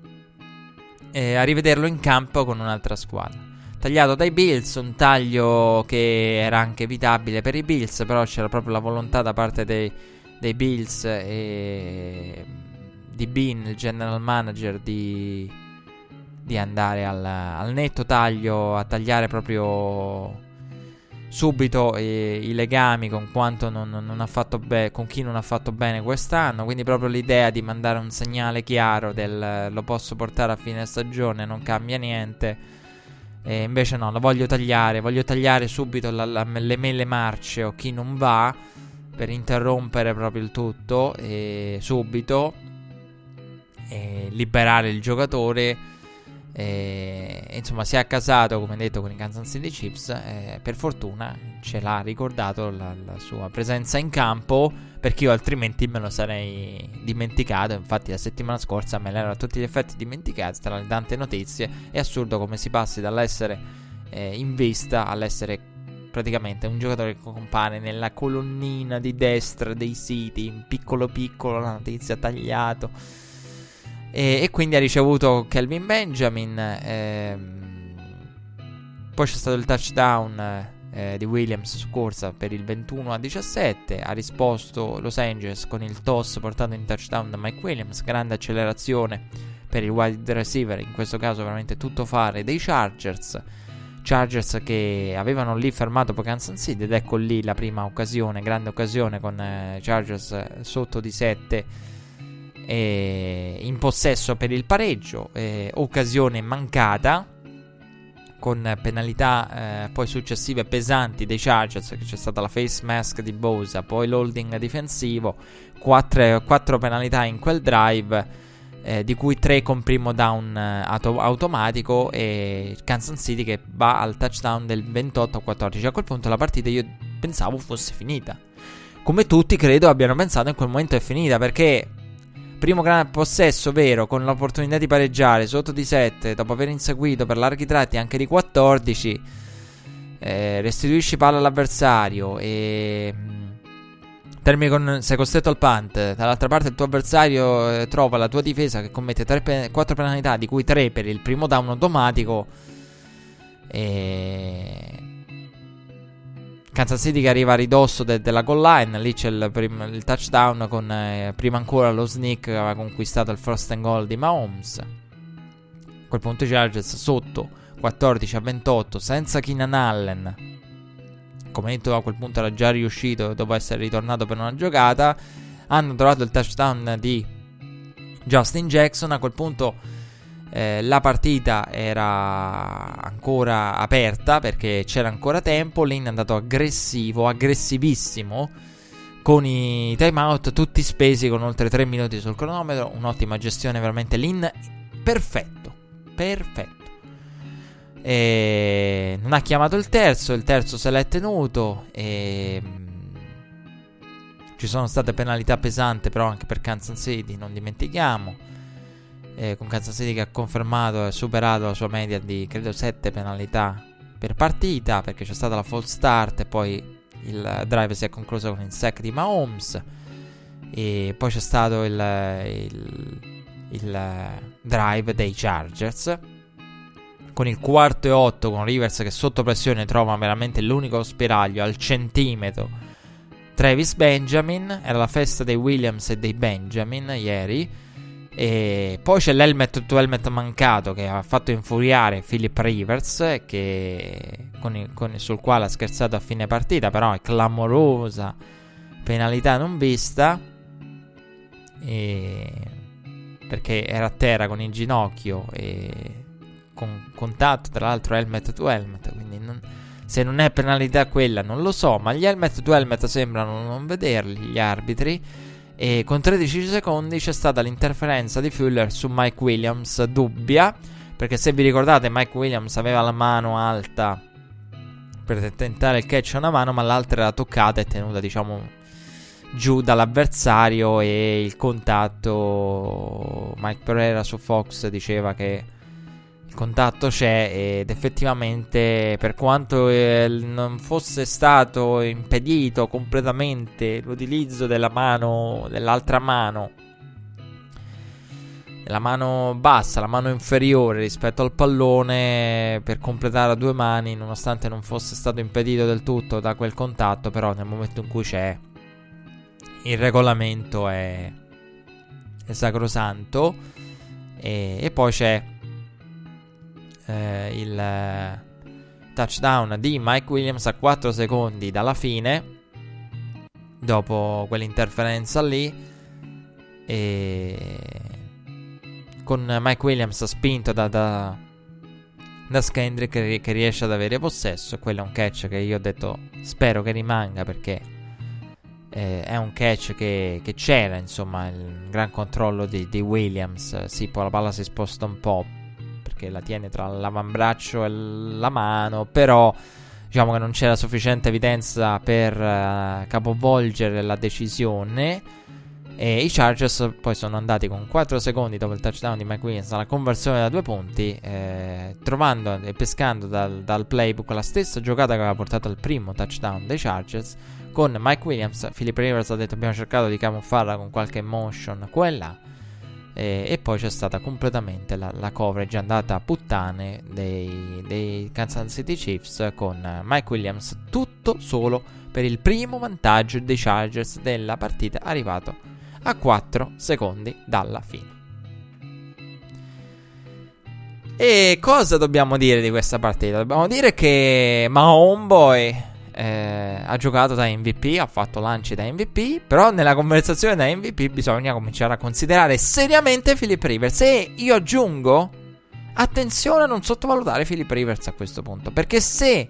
in campo con un'altra squadra. Tagliato dai Bills, un taglio che era anche evitabile per i Bills, però c'era proprio la volontà da parte dei Bills e di Bean, il general manager, di andare al netto taglio, a tagliare proprio subito i legami con quanto non ha fatto con chi non ha fatto bene quest'anno. Quindi proprio l'idea di mandare un segnale chiaro lo posso portare a fine stagione, non cambia niente. E invece no, lo voglio tagliare subito le mele marce o chi non va, per interrompere proprio il tutto subito, e liberare il giocatore. Insomma, si è accasato, come detto, con i Kansas City Chiefs. Per fortuna ce l'ha ricordato la sua presenza in campo, perché io altrimenti me lo sarei dimenticato. Infatti la settimana scorsa me l'ero a tutti gli effetti dimenticato, tra le tante notizie. È assurdo come si passi dall'essere in vista all'essere praticamente un giocatore che compare nella colonnina di destra dei siti, in piccolo la notizia tagliato, e quindi ha ricevuto Kelvin Benjamin. Poi c'è stato il touchdown di Williams su corsa per il 21-17. Ha risposto Los Angeles con il toss portato in touchdown da Mike Williams. Grande accelerazione per il wide receiver, in questo caso veramente tutto fare dei Chargers che avevano lì fermato poi Kansas City, ed ecco lì la prima occasione, grande occasione, con Chargers sotto di 7 in possesso per il pareggio, occasione mancata con penalità poi successive pesanti dei Chargers, che c'è stata la face mask di Bosa, poi l'holding difensivo, 4 penalità in quel drive, di cui 3 con primo down automatico, e Kansas City che va al touchdown del 28-14. A quel punto la partita io pensavo fosse finita, come tutti credo abbiano pensato in quel momento è finita, perché primo gran possesso vero, con l'opportunità di pareggiare sotto di 7 dopo aver inseguito per larghi tratti anche di 14, restituisci palla all'avversario e sei costretto al punt. Dall'altra parte il tuo avversario trova la tua difesa che commette 4 penalità, di cui 3 per il primo down automatico, Kansas City che arriva a ridosso della goal line. Lì c'è il touchdown con prima ancora lo sneak che aveva conquistato il first and goal di Mahomes. A quel punto i Chargers sotto 14-28 senza Keenan Allen. Come detto, a quel punto era già riuscito dopo essere ritornato per una giocata. Hanno trovato il touchdown di Justin Jackson. A quel punto la partita era ancora aperta perché c'era ancora tempo. Lane è andato aggressivissimo, con i timeout tutti spesi, con oltre 3 minuti sul cronometro. Un'ottima gestione veramente. Lane perfetto. Non ha chiamato il terzo se l'è tenuto, ci sono state penalità pesanti però anche per Kansas City, non dimentichiamo, con Kansas City che ha confermato e superato la sua media di credo 7 penalità per partita, perché c'è stata la false start e poi il drive si è concluso con il sack di Mahomes, e poi c'è stato il drive dei Chargers con il 4-8, con Rivers che sotto pressione trova veramente l'unico spiraglio al centimetro Travis Benjamin. Era la festa dei Williams e dei Benjamin ieri. E poi c'è l'helmet to helmet mancato che ha fatto infuriare Philip Rivers, che sul quale ha scherzato a fine partita, però è clamorosa penalità non vista, perché era a terra con il ginocchio e con contatto, tra l'altro helmet to helmet, quindi se non è penalità quella non lo so, ma gli helmet to helmet sembrano non vederli gli arbitri. E con 13 secondi c'è stata l'interferenza di Fuller su Mike Williams, dubbia, perché se vi ricordate Mike Williams aveva la mano alta per tentare il catch a una mano, ma l'altra era toccata e tenuta diciamo giù dall'avversario, e il contatto, Mike Pereira su Fox diceva che il contatto c'è, ed effettivamente per quanto non fosse stato impedito completamente l'utilizzo dell'altra mano, la mano bassa, la mano inferiore rispetto al pallone per completare a 2 mani, nonostante non fosse stato impedito del tutto da quel contatto, però nel momento in cui c'è il regolamento è sacrosanto. E poi c'è il touchdown di Mike Williams a 4 secondi dalla fine, dopo quell'interferenza lì, e con Mike Williams spinto da Skendrick che riesce ad avere possesso. Quello è un catch che io ho detto spero che rimanga, perché è un catch che c'era, insomma, il gran controllo di Williams. Sì, poi la palla si sposta un po' perché la tiene tra l'avambraccio e la mano, però diciamo che non c'era sufficiente evidenza per capovolgere la decisione. E i Chargers poi sono andati con 4 secondi dopo il touchdown di Mike Williams alla conversione da 2 punti, trovando e pescando dal playbook la stessa giocata che aveva portato al primo touchdown dei Chargers con Mike Williams. Philip Rivers ha detto: abbiamo cercato di camuffarla con qualche motion qua e là, e poi c'è stata completamente la coverage andata a puttane dei Kansas City Chiefs, con Mike Williams tutto solo per il primo vantaggio dei Chargers della partita, arrivato a 4 secondi dalla fine. E cosa dobbiamo dire di questa partita? Dobbiamo dire che Homeboy ha giocato da MVP, ha fatto lanci da MVP, però nella conversazione da MVP bisogna cominciare a considerare seriamente Philip Rivers. E io aggiungo, attenzione a non sottovalutare Philip Rivers a questo punto, perché se,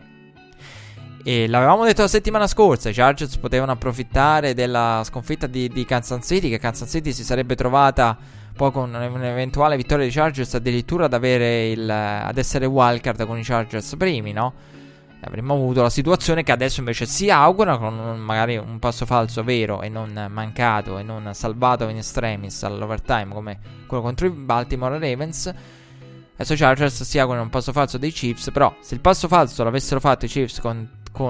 e l'avevamo detto la settimana scorsa, i Chargers potevano approfittare della sconfitta di Kansas City, che Kansas City si sarebbe trovata poi con un'eventuale vittoria dei Chargers addirittura ad essere wildcard con i Chargers primi, no? Avremmo avuto la situazione che adesso invece si augura, con magari un passo falso vero e non mancato e non salvato in extremis all'overtime come quello contro i Baltimore Ravens. Adesso i Chargers si augurano un passo falso dei Chiefs, però se il passo falso l'avessero fatto i Chiefs con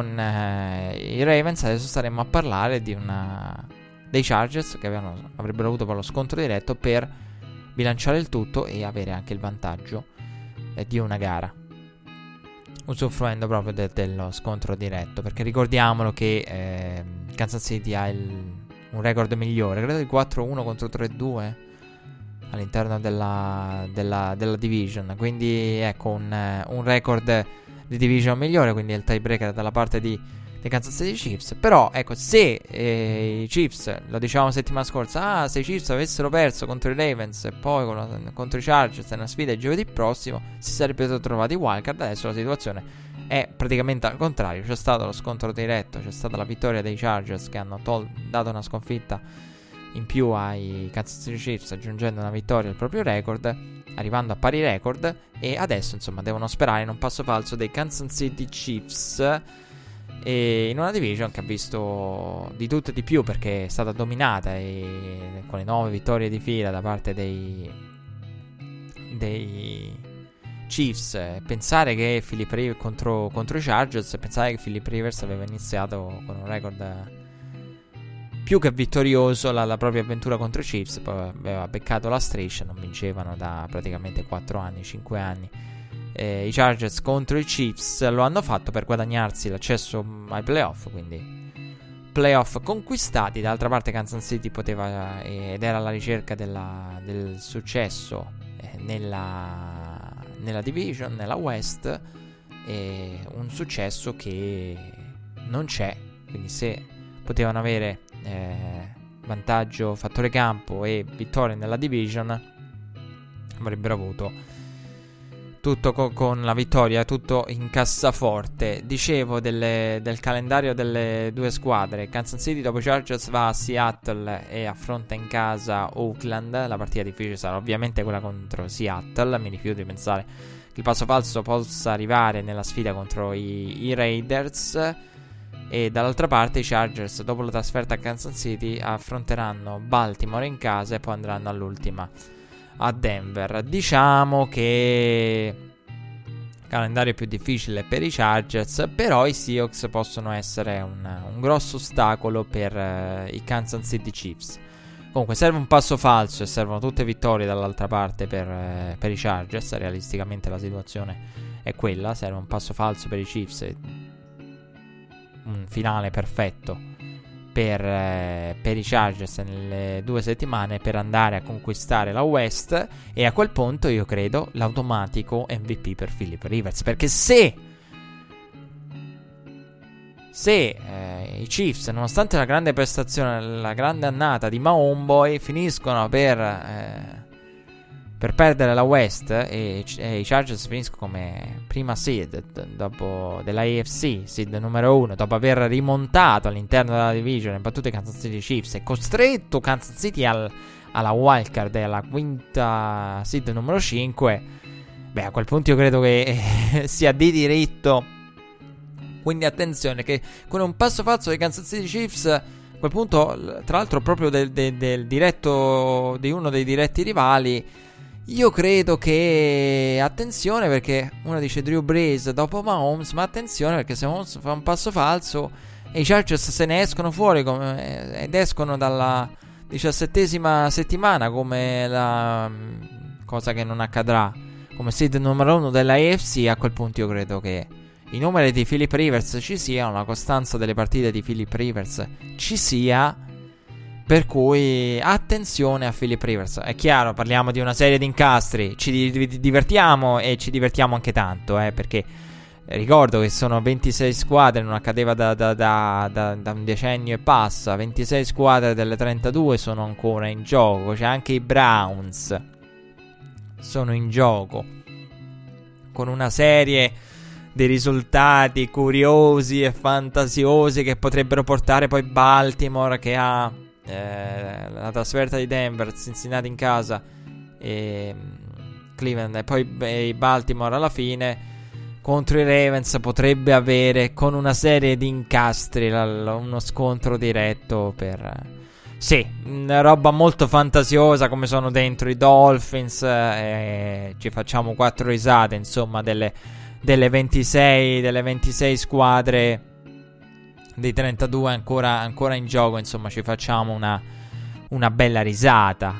i Ravens, adesso staremmo a parlare dei Chargers che avrebbero avuto poi lo scontro diretto per bilanciare il tutto e avere anche il vantaggio di una gara, usufruendo proprio dello scontro diretto, perché ricordiamolo che Kansas City ha un record migliore, credo di 4-1 contro 3-2 all'interno della division, quindi ecco un record di division migliore, quindi il tiebreaker dalla parte dei Kansas City Chiefs. Però ecco, se i Chiefs, lo dicevamo la settimana scorsa, se i Chiefs avessero perso contro i Ravens e poi contro i Chargers nella sfida di giovedì prossimo, si sarebbero trovati wildcard. Adesso la situazione è praticamente al contrario, c'è stato lo scontro diretto, c'è stata la vittoria dei Chargers che hanno dato una sconfitta in più ai Kansas City Chiefs, aggiungendo una vittoria al proprio record, arrivando a pari record, e adesso insomma devono sperare in un passo falso dei Kansas City Chiefs, e in una division che ha visto di tutto e di più, perché è stata dominata e con le 9 vittorie di fila da parte dei Chiefs. Pensare che Philip Rivers contro i Chargers, pensare che Philip Rivers aveva iniziato con un record più che vittorioso la propria avventura contro i Chiefs, poi aveva beccato la striscia, non vincevano da praticamente 4 anni, 5 anni. I Chargers contro i Chiefs lo hanno fatto per guadagnarsi l'accesso ai playoff, quindi playoff conquistati. D'altra parte Kansas City poteva ed era alla ricerca del successo nella division, nella West, un successo che non c'è, quindi se potevano avere vantaggio fattore campo e vittoria nella division, avrebbero avuto tutto con la vittoria, tutto in cassaforte. Dicevo del calendario delle due squadre. Kansas City dopo Chargers va a Seattle e affronta in casa Oakland. La partita difficile sarà ovviamente quella contro Seattle. Mi rifiuto di pensare che il passo falso possa arrivare nella sfida contro i Raiders. E dall'altra parte i Chargers, dopo la trasferta a Kansas City, affronteranno Baltimore in casa e poi andranno all'ultima a Denver. Diciamo che calendario più difficile per i Chargers, però i Seahawks possono essere un grosso ostacolo per i Kansas City Chiefs. Comunque serve un passo falso e servono tutte vittorie dall'altra parte per i Chargers. Realisticamente la situazione è quella, serve un passo falso per i Chiefs e un finale perfetto per i Chargers nelle 2 settimane per andare a conquistare la West, e a quel punto io credo l'automatico MVP per Philip Rivers, perché se i Chiefs, nonostante la grande prestazione, la grande annata di Homeboy, finiscono per perdere la West e i Chargers finiscono come prima seed dopo della AFC, seed numero 1, dopo aver rimontato all'interno della division e battuto i Kansas City Chiefs e costretto Kansas City alla wildcard e alla quinta seed numero 5, beh, a quel punto io credo che sia di diritto. Quindi attenzione che con un passo falso dei Kansas City Chiefs quel punto, tra l'altro proprio del diretto, di uno dei diretti rivali, io credo che attenzione, perché uno dice Drew Brees dopo Mahomes, ma attenzione perché se Mahomes fa un passo falso e i Chargers se ne escono fuori ed escono dalla 17ª settimana come la cosa che non accadrà, come seed numero 1 della AFC, a quel punto io credo che i numeri di Philip Rivers ci siano, la costanza delle partite di Philip Rivers ci sia, per cui attenzione a Philip Rivers. È chiaro, parliamo di una serie di incastri, ci divertiamo e ci divertiamo anche tanto, perché ricordo che sono 26 squadre, non accadeva da un decennio e passa, 26 squadre delle 32 sono ancora in gioco, c'è anche i Browns sono in gioco, con una serie dei risultati curiosi e fantasiosi che potrebbero portare poi Baltimore, che ha la trasferta di Denver, Cincinnati in casa e Cleveland, e poi Baltimore alla fine contro i Ravens, potrebbe avere con una serie di incastri uno scontro diretto per... Sì, una roba molto fantasiosa, come sono dentro i Dolphins, ci facciamo 4 risate, insomma, delle 26 squadre dei 32 ancora in gioco, insomma, ci facciamo una bella risata.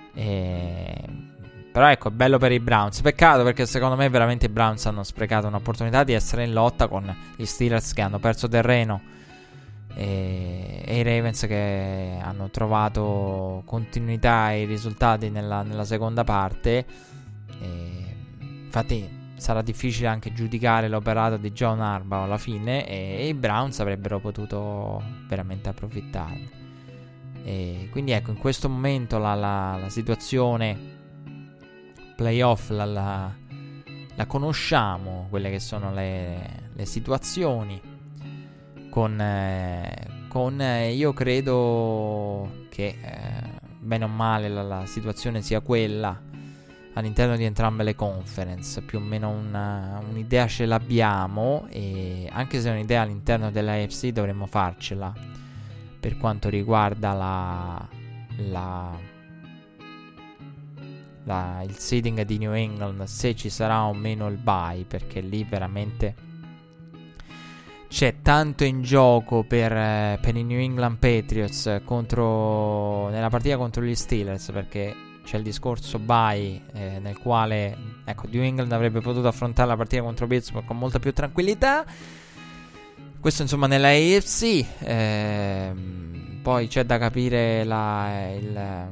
Però ecco, è bello per i Browns. Peccato, perché secondo me veramente i Browns hanno sprecato un'opportunità di essere in lotta con gli Steelers, che hanno perso terreno, e i Ravens, che hanno trovato continuità e risultati nella seconda parte. Infatti sarà difficile anche giudicare l'operato di John Harbaugh alla fine, e i Browns avrebbero potuto veramente approfittarne. Quindi ecco, in questo momento la situazione playoff la conosciamo, quelle che sono le situazioni, con io credo che bene o male la situazione sia quella all'interno di entrambe le conference. Più o meno un'idea ce l'abbiamo, e anche se un'idea all'interno della AFC dovremmo farcela per quanto riguarda il seeding di New England, se ci sarà o meno il bye, perché lì veramente c'è tanto in gioco per i New England Patriots nella partita contro gli Steelers, perché c'è il discorso bye, nel quale, ecco, New England avrebbe potuto affrontare la partita contro Pittsburgh con molta più tranquillità. Questo insomma nella AFC. Poi c'è da capire la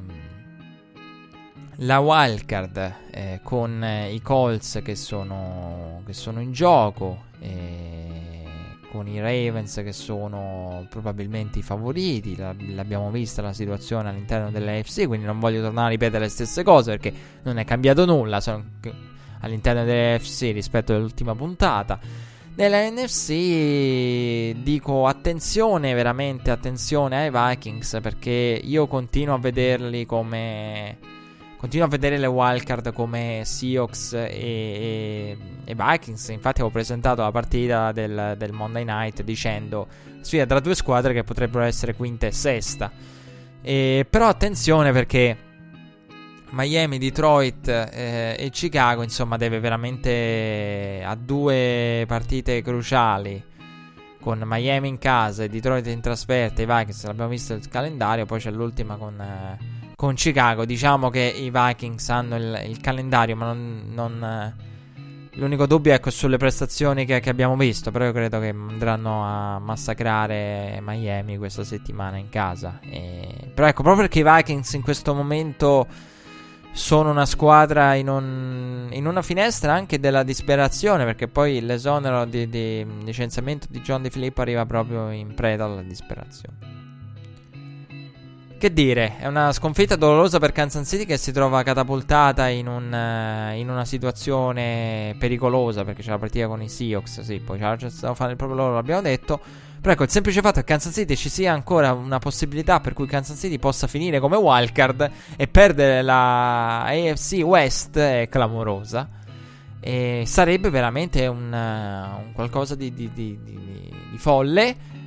wildcard, con i Colts che sono in gioco, con i Ravens che sono probabilmente i favoriti. L'abbiamo vista la situazione all'interno dell'AFC, quindi non voglio tornare a ripetere le stesse cose, perché non è cambiato nulla all'interno dell'AFC rispetto all'ultima puntata. Nella NFC dico attenzione, veramente attenzione ai Vikings, perché io continuo a vederli continuo a vedere le wildcard come Seahawks e Vikings. Infatti avevo presentato la partita del Monday Night dicendo sfida tra due squadre che potrebbero essere quinta e sesta. Però attenzione, perché Miami, Detroit e Chicago, insomma, deve veramente, a due partite cruciali, con Miami in casa e Detroit in trasferta. I Vikings, l'abbiamo visto il calendario, poi c'è l'ultima con Chicago. Diciamo che i Vikings hanno il calendario, ma non l'unico dubbio è sulle prestazioni che abbiamo visto. Però io credo che andranno a massacrare Miami questa settimana in casa. Però ecco, proprio perché i Vikings in questo momento sono una squadra in una finestra anche della disperazione, perché poi l'esonero di licenziamento di John DeFilippo arriva proprio in preda alla disperazione. Che dire, è una sconfitta dolorosa per Kansas City, che si trova catapultata in una situazione pericolosa, perché c'è la partita con i Seahawks. Sì, poi Chargers devono fare il proprio loro, l'abbiamo detto. Però ecco, il semplice fatto che Kansas City ci sia ancora una possibilità per cui Kansas City possa finire come wildcard e perdere la AFC West è clamorosa, e sarebbe veramente un qualcosa di folle.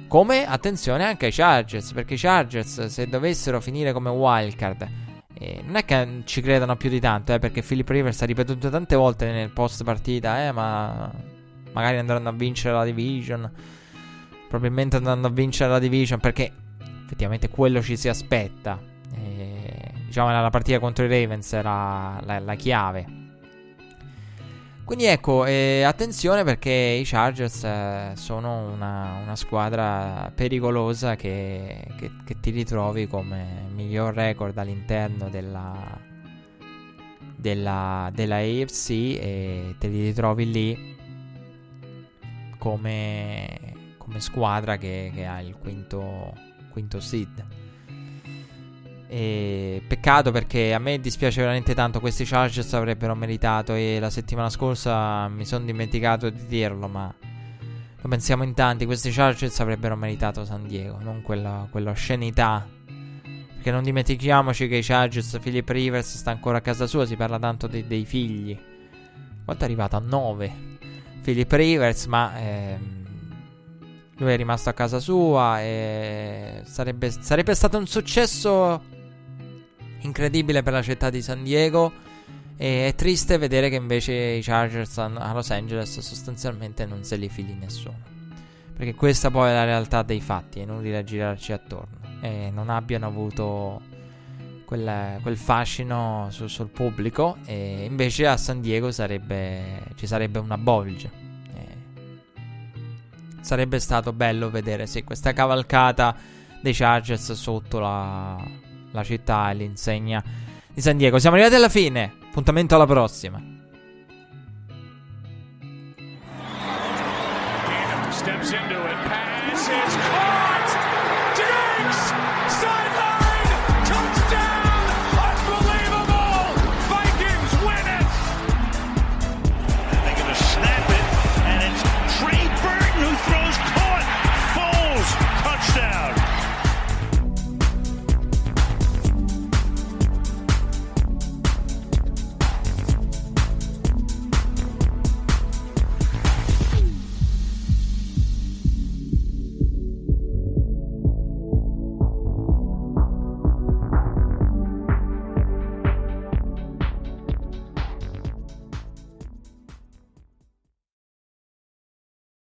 Come, attenzione, anche ai Chargers, perché i Chargers, se dovessero finire come wildcard, non è che ci credano più di tanto, perché Philip Rivers ha ripetuto tante volte nel post partita, ma magari andranno a vincere la division, probabilmente andranno a vincere la division, perché effettivamente quello ci si aspetta. Diciamo la partita contro i Ravens era la chiave. Quindi ecco, attenzione, perché i Chargers sono una squadra pericolosa che ti ritrovi come miglior record all'interno della AFC, e te li ritrovi lì come squadra che ha il quinto seed. E peccato, perché a me dispiace veramente tanto. Questi Chargers avrebbero meritato, e la settimana scorsa mi sono dimenticato di dirlo, ma lo pensiamo in tanti, questi Chargers avrebbero meritato San Diego, non quella oscenità. Perché non dimentichiamoci che i Chargers, Philip Rivers sta ancora a casa sua, si parla tanto dei figli. Quanto è arrivato? A 9 Philip Rivers, ma lui è rimasto a casa sua, e sarebbe stato un successo incredibile per la città di San Diego. E è triste vedere che invece i Chargers a Los Angeles sostanzialmente non se li fili nessuno, perché questa poi è la realtà dei fatti, è inutile girarci attorno, e non abbiano avuto quel fascino sul pubblico, e invece a San Diego ci sarebbe una bolgia. Sarebbe stato bello vedere questa cavalcata dei Chargers sotto la città e l'insegna di San Diego. Siamo arrivati alla fine. Appuntamento alla prossima.